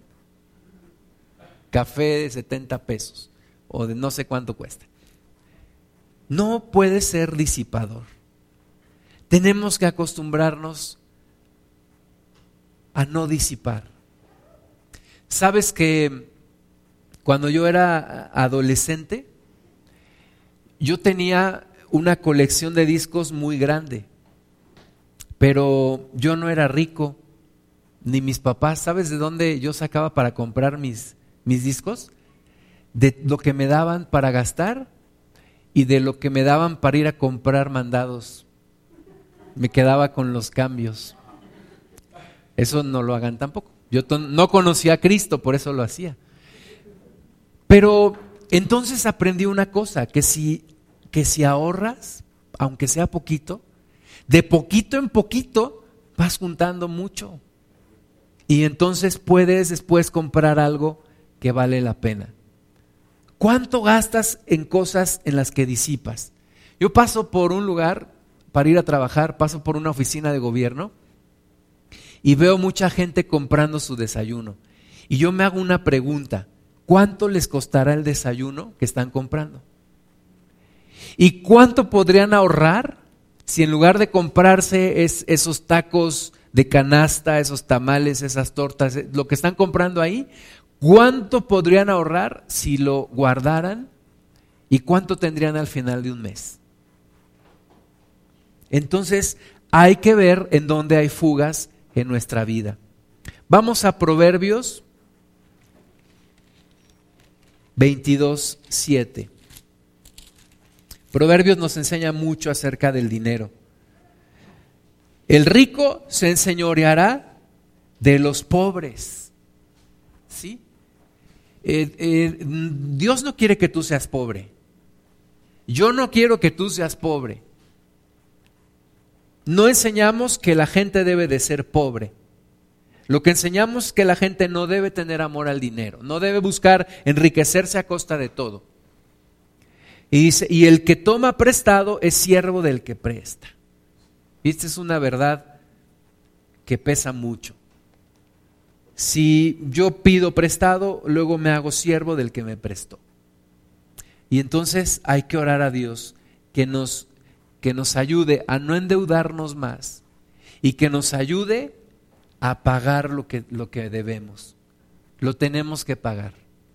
Café de setenta pesos o de no sé cuánto cuesta. No puede ser disipador. Tenemos que acostumbrarnos a no disipar. ¿Sabes que cuando yo era adolescente, yo tenía una colección de discos muy grande, pero yo no era rico, ni mis papás? ¿Sabes de dónde yo sacaba para comprar mis, mis discos? De lo que me daban para gastar y de lo que me daban para ir a comprar mandados. Me quedaba con los cambios. Eso no lo hagan tampoco. Yo no conocía a Cristo, por eso lo hacía. Pero entonces aprendí una cosa, que si, que si ahorras, aunque sea poquito, de poquito en poquito vas juntando mucho. Y entonces puedes después comprar algo que vale la pena. ¿Cuánto gastas en cosas en las que disipas? Yo paso por un lugar para ir a trabajar, paso por una oficina de gobierno y veo mucha gente comprando su desayuno. Y yo me hago una pregunta: ¿cuánto les costará el desayuno que están comprando? ¿Y cuánto podrían ahorrar si en lugar de comprarse es, esos tacos de canasta, esos tamales, esas tortas, lo que están comprando ahí, cuánto podrían ahorrar si lo guardaran y cuánto tendrían al final de un mes? Entonces hay que ver en dónde hay fugas en nuestra vida. Vamos a Proverbios veintidós, siete. Proverbios nos enseña mucho acerca del dinero. El rico se enseñoreará de los pobres. ¿Sí? Eh, eh, Dios no quiere que tú seas pobre. Yo no quiero que tú seas pobre. No enseñamos que la gente debe de ser pobre. Lo que enseñamos es que la gente no debe tener amor al dinero, no debe buscar enriquecerse a costa de todo. Y dice, y el que toma prestado es siervo del que presta. Y esta es una verdad que pesa mucho. Si yo pido prestado, luego me hago siervo del que me prestó. Y entonces hay que orar a Dios que nos, que nos ayude a no endeudarnos más y que nos ayude a pagar lo que, lo que debemos. Lo tenemos que pagar.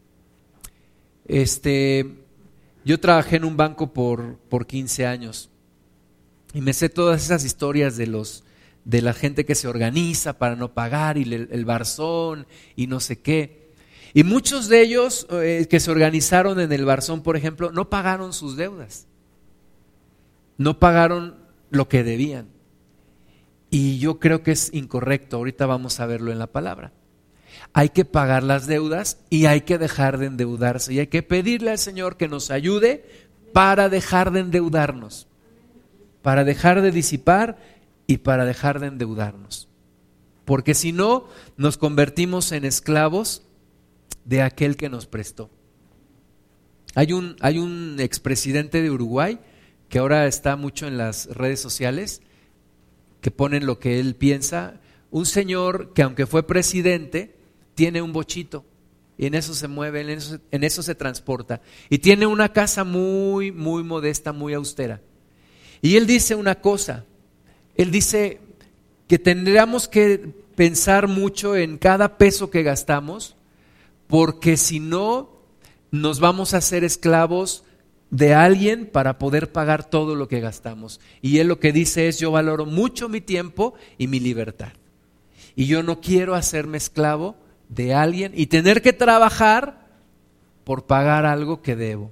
Este, yo trabajé en un banco por, por quince años y me sé todas esas historias de los de la gente que se organiza para no pagar y el, el barzón y no sé qué. Y muchos de ellos eh, que se organizaron en el barzón, por ejemplo, no pagaron sus deudas. No pagaron lo que debían. Y yo creo que es incorrecto, ahorita vamos a verlo en la palabra. Hay que pagar las deudas y hay que dejar de endeudarse. Y hay que pedirle al Señor que nos ayude para dejar de endeudarnos, para dejar de disipar y para dejar de endeudarnos. Porque si no, nos convertimos en esclavos de aquel que nos prestó. Hay un, hay un expresidente de Uruguay que ahora está mucho en las redes sociales, que ponen lo que él piensa. Un señor que aunque fue presidente, tiene un bochito y en eso se mueve, en eso, en eso se transporta. Y tiene una casa muy, muy modesta, muy austera. Y él dice una cosa, él dice que tendríamos que pensar mucho en cada peso que gastamos, porque si no, nos vamos a hacer esclavos de alguien para poder pagar todo lo que gastamos. Y él lo que dice es: yo valoro mucho mi tiempo y mi libertad, y yo no quiero hacerme esclavo de alguien y tener que trabajar por pagar algo que debo.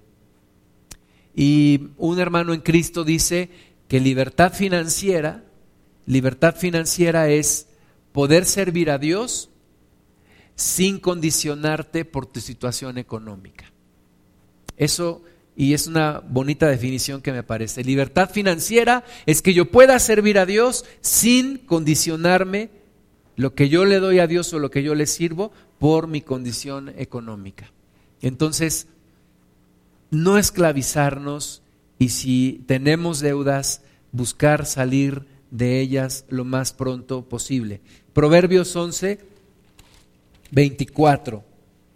Y un hermano en Cristo dice que libertad financiera, libertad financiera es poder servir a Dios sin condicionarte por tu situación económica. Eso, y es una bonita definición que me parece. Libertad financiera es que yo pueda servir a Dios sin condicionarme lo que yo le doy a Dios o lo que yo le sirvo por mi condición económica. Entonces, no esclavizarnos, y si tenemos deudas, buscar salir de ellas lo más pronto posible. Proverbios once, veinticuatro.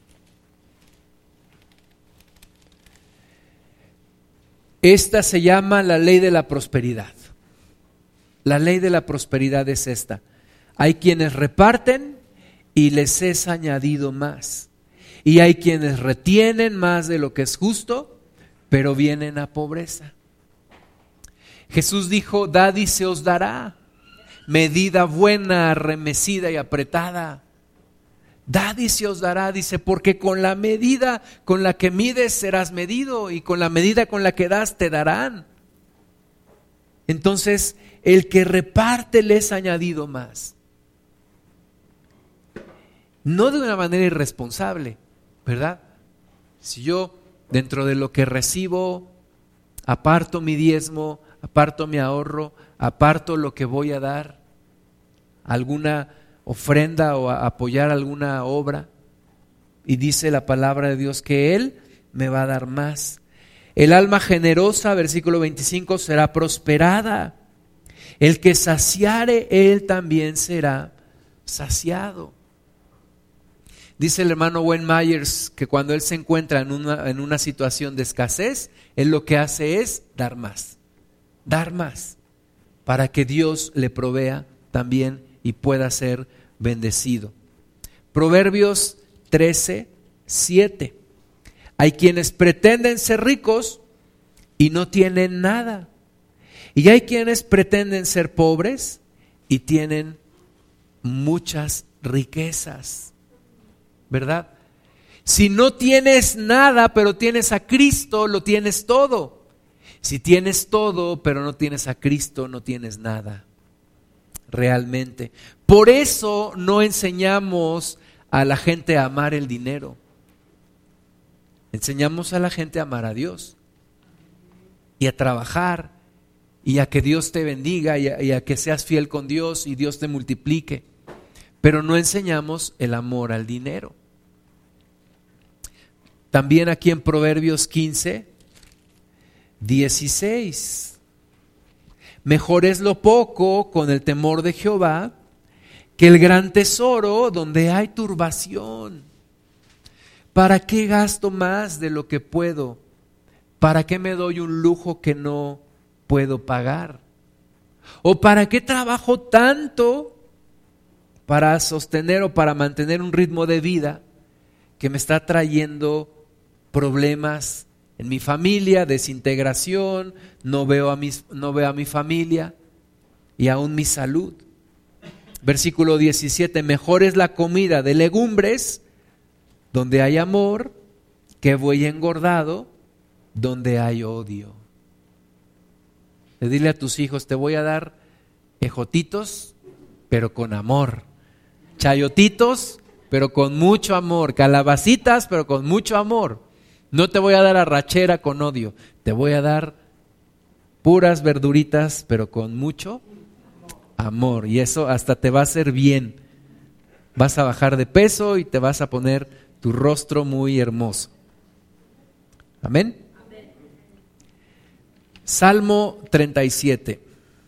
Esta se llama la ley de la prosperidad. La ley de la prosperidad es esta: hay quienes reparten y les es añadido más, y hay quienes retienen más de lo que es justo, pero vienen a pobreza. Jesús dijo: dad y se os dará, medida buena, remecida y apretada. Dad y se os dará, dice, porque con la medida con la que mides serás medido, y con la medida con la que das te darán. Entonces, el que reparte le es añadido más. No de una manera irresponsable, ¿verdad? Si yo dentro de lo que recibo aparto mi diezmo, aparto mi ahorro, aparto lo que voy a dar, alguna ofrenda o a apoyar alguna obra, y dice la palabra de Dios que Él me va a dar más. El alma generosa, versículo veinticinco, será prosperada. El que saciare, él también será saciado. Dice el hermano Wayne Myers que cuando él se encuentra en una, en una situación de escasez, él lo que hace es dar más, dar más, para que Dios le provea también y pueda ser bendecido. Proverbios trece, siete. Hay quienes pretenden ser ricos y no tienen nada. Y hay quienes pretenden ser pobres y tienen muchas riquezas. ¿Verdad? Si no tienes nada, pero tienes a Cristo, lo tienes todo. Si tienes todo, pero no tienes a Cristo, no tienes nada. Realmente. Por eso no enseñamos a la gente a amar el dinero. Enseñamos a la gente a amar a Dios y a trabajar y a que Dios te bendiga y a, y a que seas fiel con Dios y Dios te multiplique. Pero no enseñamos el amor al dinero. También aquí en Proverbios quince, dieciséis. Mejor es lo poco con el temor de Jehová que el gran tesoro donde hay turbación. ¿Para qué gasto más de lo que puedo? ¿Para qué me doy un lujo que no puedo pagar? ¿O para qué trabajo tanto para sostener o para mantener un ritmo de vida que me está trayendo problemas en mi familia, desintegración, no veo a mis, no veo a mi familia y aún mi salud? Versículo diecisiete, mejor es la comida de legumbres donde hay amor que buey engordado donde hay odio. Le dile a tus hijos, te voy a dar ejotitos, pero con amor, chayotitos, pero con mucho amor, calabacitas, pero con mucho amor. No te voy a dar arrachera con odio, te voy a dar puras verduritas, pero con mucho amor. Y eso hasta te va a hacer bien. Vas a bajar de peso y te vas a poner tu rostro muy hermoso. Amén. Amén. Salmo treinta y siete.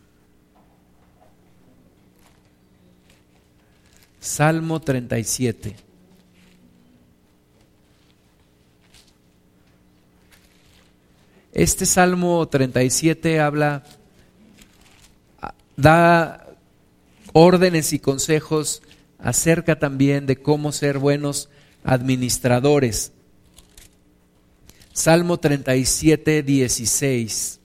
Salmo treinta y siete. Este Salmo treinta y siete habla, da órdenes y consejos acerca también de cómo ser buenos administradores. Salmo treinta y siete, dieciséis.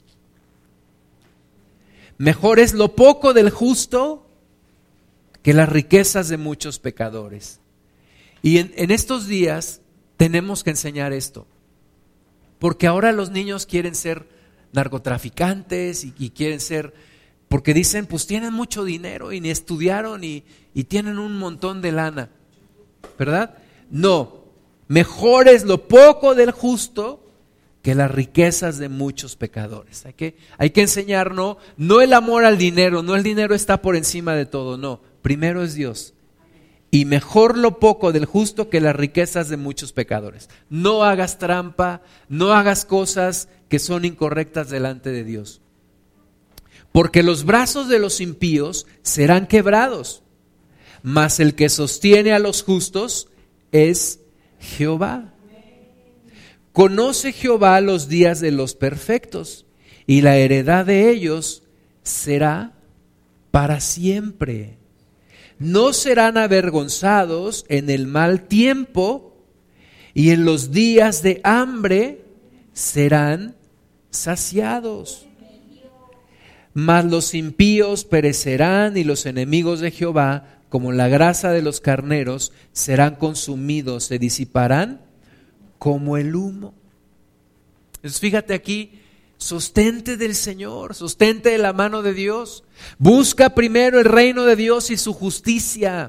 Mejor es lo poco del justo que las riquezas de muchos pecadores. Y en, en estos días tenemos que enseñar esto. Porque ahora los niños quieren ser narcotraficantes y, y quieren ser, porque dicen, pues tienen mucho dinero y ni estudiaron y, y tienen un montón de lana, ¿verdad? No, mejor es lo poco del justo que las riquezas de muchos pecadores. Hay que, hay que enseñar, no, no el amor al dinero, no el dinero está por encima de todo, no, primero es Dios. Y mejor lo poco del justo que las riquezas de muchos pecadores. No hagas trampa, no hagas cosas que son incorrectas delante de Dios. Porque los brazos de los impíos serán quebrados, mas el que sostiene a los justos es Jehová. Conoce Jehová los días de los perfectos, y la heredad de ellos será para siempre. No serán avergonzados en el mal tiempo, y en los días de hambre serán saciados. Mas los impíos perecerán, y los enemigos de Jehová, como la grasa de los carneros, serán consumidos, se disiparán como el humo. Entonces fíjate aquí, sostente del Señor, sostente de la mano de Dios. Busca primero el reino de Dios y su justicia.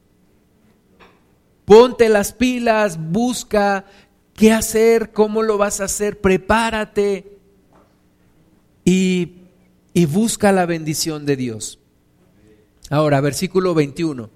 Ponte las pilas, busca qué hacer, cómo lo vas a hacer, prepárate y, y busca la bendición de Dios. Ahora, versículo veintiuno.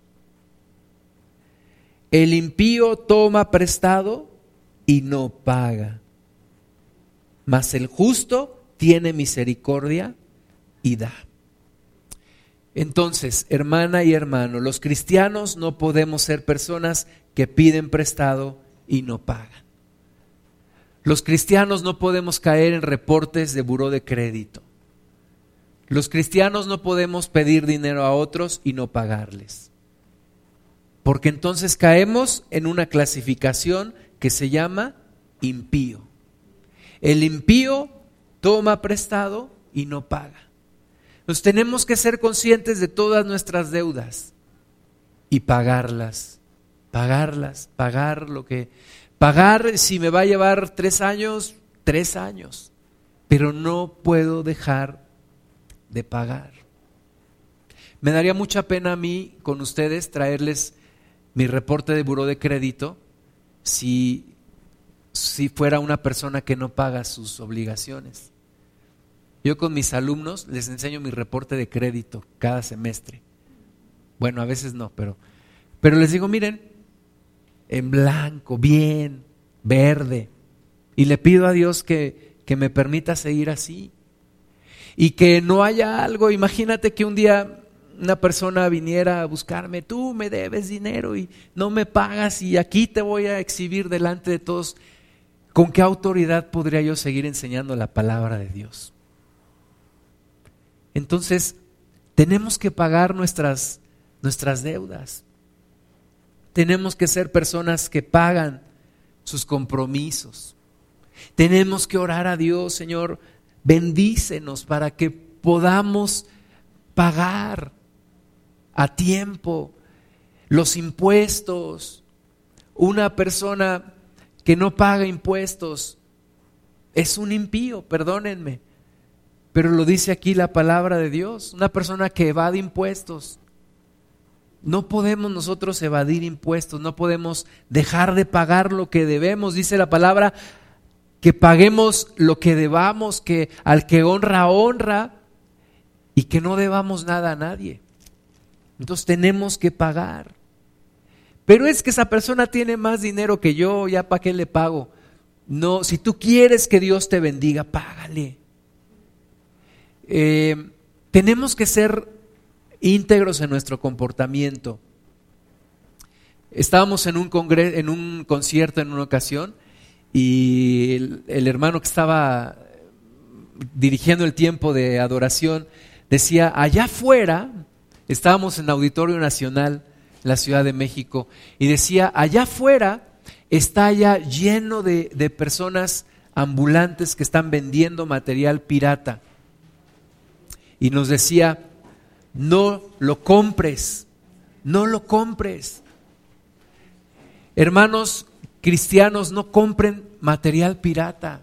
El impío toma prestado y no paga, mas el justo tiene misericordia y da. Entonces, hermana y hermano, los cristianos no podemos ser personas que piden prestado y no pagan. Los cristianos no podemos caer en reportes de buró de crédito. Los cristianos no podemos pedir dinero a otros y no pagarles, porque entonces caemos en una clasificación que se llama impío. El impío toma prestado y no paga. Nos tenemos que ser conscientes de todas nuestras deudas y pagarlas, pagarlas, pagar lo que, pagar si me va a llevar tres años, tres años, pero no puedo dejar de pagar. Me daría mucha pena a mí con ustedes traerles mi reporte de buró de crédito si, si fuera una persona que no paga sus obligaciones. Yo con mis alumnos les enseño mi reporte de crédito cada semestre. Bueno, a veces no, pero, pero les digo, miren, en blanco, bien, verde. Y le pido a Dios que, que me permita seguir así. Y que no haya algo, imagínate que un día una persona viniera a buscarme, tú me debes dinero y no me pagas y aquí te voy a exhibir delante de todos. ¿Con qué autoridad podría yo seguir enseñando la palabra de Dios? Entonces, tenemos que pagar nuestras, nuestras deudas. Tenemos que ser personas que pagan sus compromisos. Tenemos que orar a Dios, Señor, bendícenos para que podamos pagar a tiempo los impuestos. Una persona que no paga impuestos es un impío, perdónenme, pero lo dice aquí la palabra de Dios. Una persona que evade impuestos. No podemos nosotros evadir impuestos, no podemos dejar de pagar lo que debemos. Dice la palabra que paguemos lo que debamos, que al que honra, honra, y que no debamos nada a nadie. Entonces tenemos que pagar. Pero es que esa persona tiene más dinero que yo, ya para qué le pago. No, si tú quieres que Dios te bendiga, págale. Eh, tenemos que ser íntegros en nuestro comportamiento. Estábamos en un congreso, en un concierto en una ocasión, y el, el hermano que estaba dirigiendo el tiempo de adoración decía, allá afuera, estábamos en Auditorio Nacional, en la Ciudad de México, y decía, allá afuera está ya lleno de, de personas ambulantes que están vendiendo material pirata. Y nos decía, no lo compres, no lo compres. Hermanos cristianos, no compren material pirata.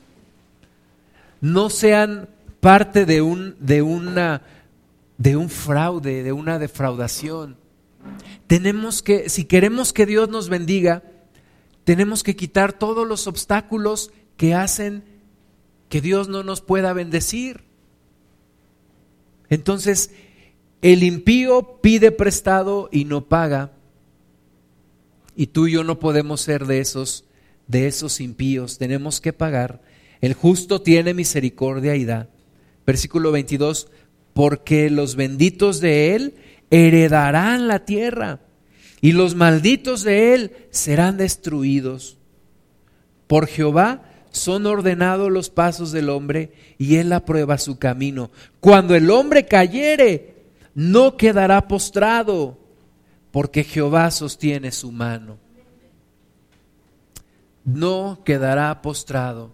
No sean parte de un, de una, de un fraude, de una defraudación. Tenemos que, si queremos que Dios nos bendiga, tenemos que quitar todos los obstáculos que hacen que Dios no nos pueda bendecir. Entonces, el impío pide prestado y no paga, y tú y yo no podemos ser de esos, de esos impíos, tenemos que pagar. El justo tiene misericordia y da. Versículo veintidós, porque los benditos de él heredarán la tierra, y los malditos de él serán destruidos. Por Jehová son ordenados los pasos del hombre, y él aprueba su camino. Cuando el hombre cayere, no quedará postrado, porque Jehová sostiene su mano. No quedará postrado.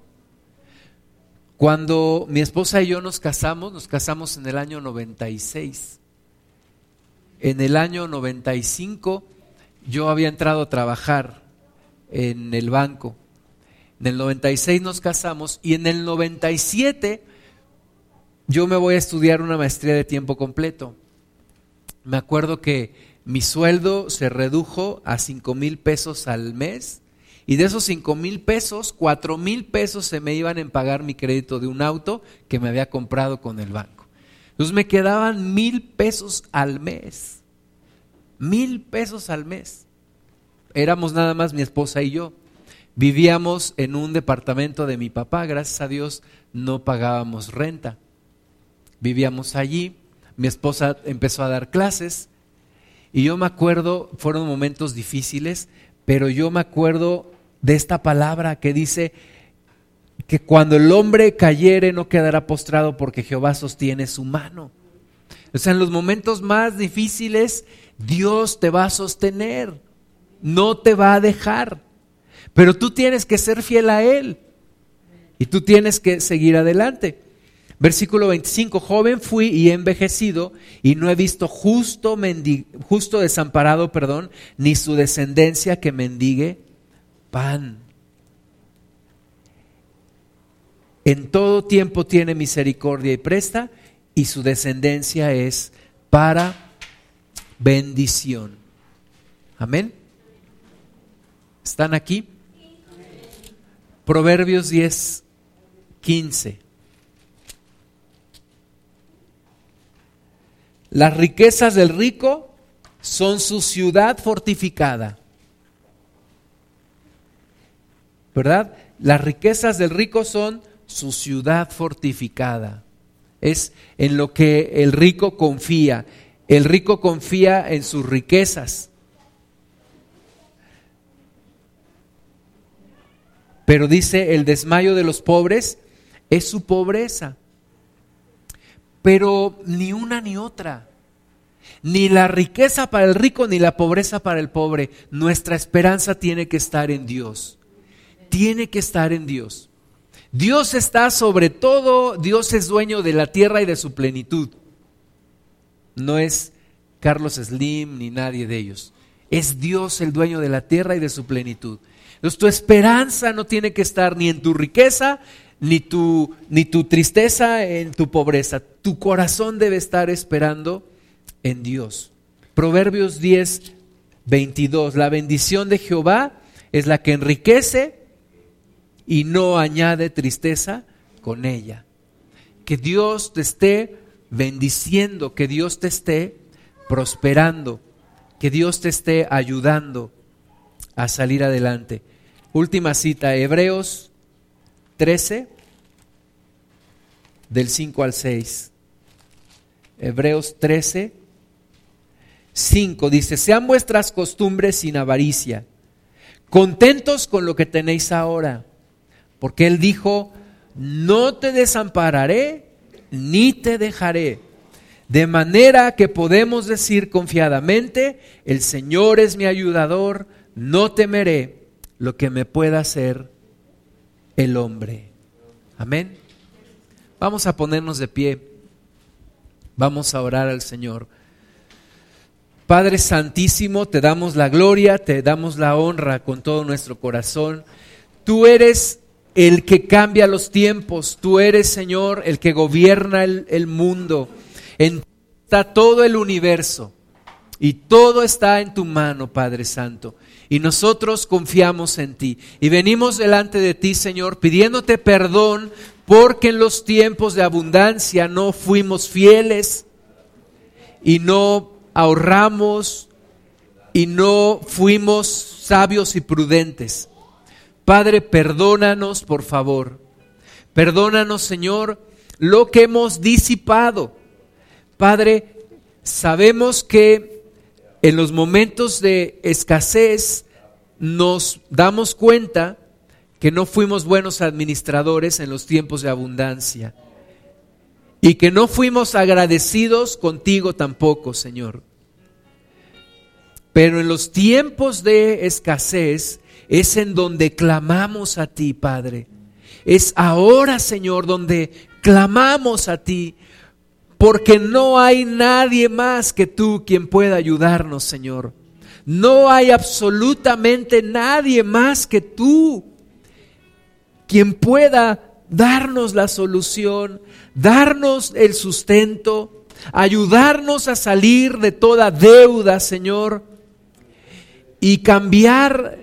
Cuando mi esposa y yo nos casamos, nos casamos en el año noventa y seis. En el año noventa y cinco yo había entrado a trabajar en el banco. En el noventa y seis nos casamos y en el noventa y siete yo me voy a estudiar una maestría de tiempo completo. Me acuerdo que mi sueldo se redujo a cinco mil pesos al mes, y de esos cinco mil pesos, cuatro mil pesos se me iban en pagar mi crédito de un auto que me había comprado con el banco. Entonces me quedaban mil pesos al mes. Mil pesos al mes. Éramos nada más mi esposa y yo. Vivíamos en un departamento de mi papá, gracias a Dios no pagábamos renta. Vivíamos allí, mi esposa empezó a dar clases y yo me acuerdo, fueron momentos difíciles, pero yo me acuerdo de esta palabra que dice que cuando el hombre cayere no quedará postrado porque Jehová sostiene su mano. O sea, en los momentos más difíciles Dios te va a sostener, no te va a dejar. Pero tú tienes que ser fiel a Él y tú tienes que seguir adelante. Versículo veinticinco, joven fui y he envejecido y no he visto justo, mendig- justo desamparado, perdón, ni su descendencia que mendigue pan. En todo tiempo tiene misericordia y presta, y su descendencia es para bendición. Amén. ¿Están aquí? Proverbios diez, quince. Las riquezas del rico son su ciudad fortificada. ¿Verdad? Las riquezas del rico son su ciudad fortificada. Es en lo que el rico confía. El rico confía en sus riquezas. Pero dice, el desmayo de los pobres es su pobreza. Pero ni una ni otra. Ni la riqueza para el rico, ni la pobreza para el pobre. Nuestra esperanza tiene que estar en Dios. Tiene que estar en Dios. Dios está sobre todo, Dios es dueño de la tierra y de su plenitud. No es Carlos Slim ni nadie de ellos. Es Dios el dueño de la tierra y de su plenitud. Entonces tu esperanza no tiene que estar ni en tu riqueza, ni tu, ni tu tristeza en tu pobreza. Tu corazón debe estar esperando en Dios. Proverbios diez, veintidós. La bendición de Jehová es la que enriquece y no añade tristeza con ella. Que Dios te esté bendiciendo, que Dios te esté prosperando, que Dios te esté ayudando a salir adelante. Última cita, Hebreos trece, del cinco al seis. Hebreos trece, cinco dice, sean vuestras costumbres sin avaricia, contentos con lo que tenéis ahora, porque Él dijo, no te desampararé ni te dejaré. De manera que podemos decir confiadamente, el Señor es mi ayudador, no temeré lo que me pueda hacer el hombre. Amén. Vamos a ponernos de pie. Vamos a orar al Señor. Padre Santísimo, te damos la gloria, te damos la honra con todo nuestro corazón. Tú eres el que cambia los tiempos. Tú eres, Señor, el que gobierna el, el mundo. En ti está todo el universo. Y todo está en tu mano, Padre Santo. Y nosotros confiamos en ti. Y venimos delante de ti, Señor, pidiéndote perdón porque en los tiempos de abundancia no fuimos fieles y no ahorramos y no fuimos sabios y prudentes. Padre, perdónanos, por favor. Perdónanos, Señor, lo que hemos disipado. Padre, sabemos que en los momentos de escasez nos damos cuenta que no fuimos buenos administradores en los tiempos de abundancia y que no fuimos agradecidos contigo tampoco, Señor. Pero en los tiempos de escasez es en donde clamamos a ti, Padre. Es ahora, Señor, donde clamamos a ti, porque no hay nadie más que tú quien pueda ayudarnos, Señor. No hay absolutamente nadie más que tú quien pueda darnos la solución, darnos el sustento, ayudarnos a salir de toda deuda, Señor, y cambiar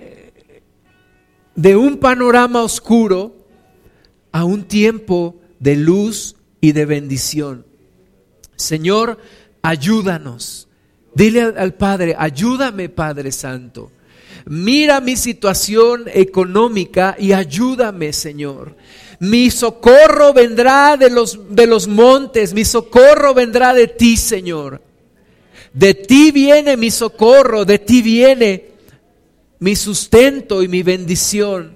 de un panorama oscuro a un tiempo de luz y de bendición. Señor, ayúdanos. Dile al, al Padre, ayúdame, Padre Santo. Mira mi situación económica y ayúdame, Señor. Mi socorro vendrá de los, de los montes, mi socorro vendrá de ti, Señor. De ti viene mi socorro, de ti viene mi sustento y mi bendición.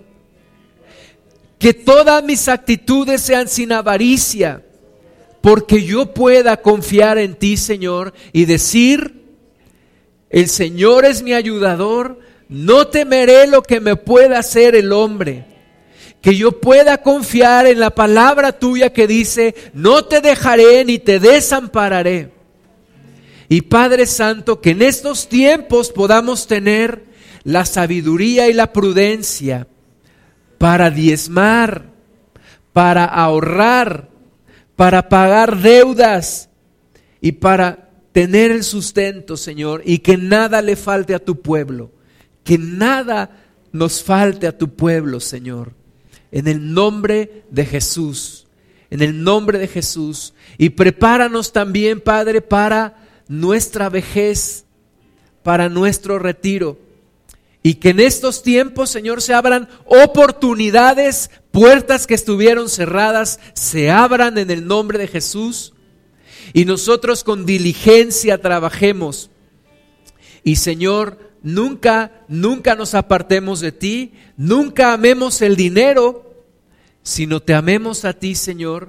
Que todas mis actitudes sean sin avaricia, porque yo pueda confiar en ti, Señor, y decir, el Señor es mi ayudador, no temeré lo que me pueda hacer el hombre. Que yo pueda confiar en la palabra tuya que dice, no te dejaré ni te desampararé. Y Padre Santo, que en estos tiempos podamos tener la sabiduría y la prudencia para diezmar, para ahorrar, para pagar deudas y para tener el sustento, Señor, y que nada le falte a tu pueblo, que nada nos falte a tu pueblo, Señor, en el nombre de Jesús, en el nombre de Jesús. Y prepáranos también, Padre, para nuestra vejez, para nuestro retiro, y que en estos tiempos, Señor, se abran oportunidades, puertas que estuvieron cerradas, se abran en el nombre de Jesús, y nosotros con diligencia trabajemos. Y Señor, nunca, nunca nos apartemos de ti, nunca amemos el dinero, sino te amemos a ti, Señor,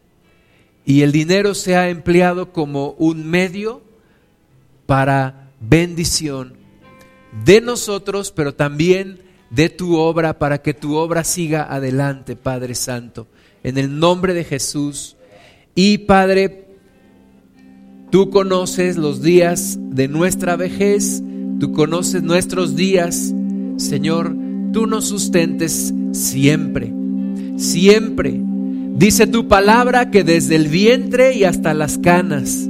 y el dinero sea empleado como un medio para bendición de nosotros, pero también de tu obra, para que tu obra siga adelante, Padre Santo, en el nombre de Jesús. Y Padre, tú conoces los días de nuestra vejez, tú conoces nuestros días, Señor, tú nos sustentes siempre, siempre. Dice tu palabra que desde el vientre y hasta las canas,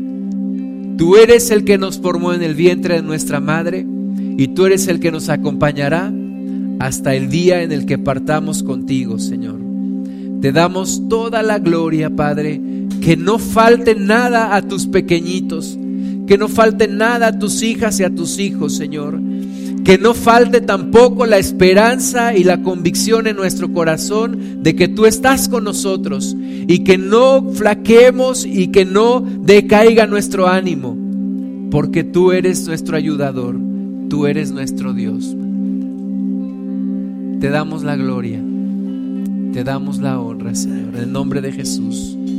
tú eres el que nos formó en el vientre de nuestra madre, y tú eres el que nos acompañará hasta el día en el que partamos contigo, Señor. Te damos toda la gloria, Padre, que no falte nada a tus pequeñitos, que no falte nada a tus hijas y a tus hijos, Señor. Que no falte tampoco la esperanza y la convicción en nuestro corazón de que tú estás con nosotros, y que no flaqueemos y que no decaiga nuestro ánimo, porque tú eres nuestro ayudador. Tú eres nuestro Dios. Te damos la gloria, te damos la honra, Señor, en el nombre de Jesús.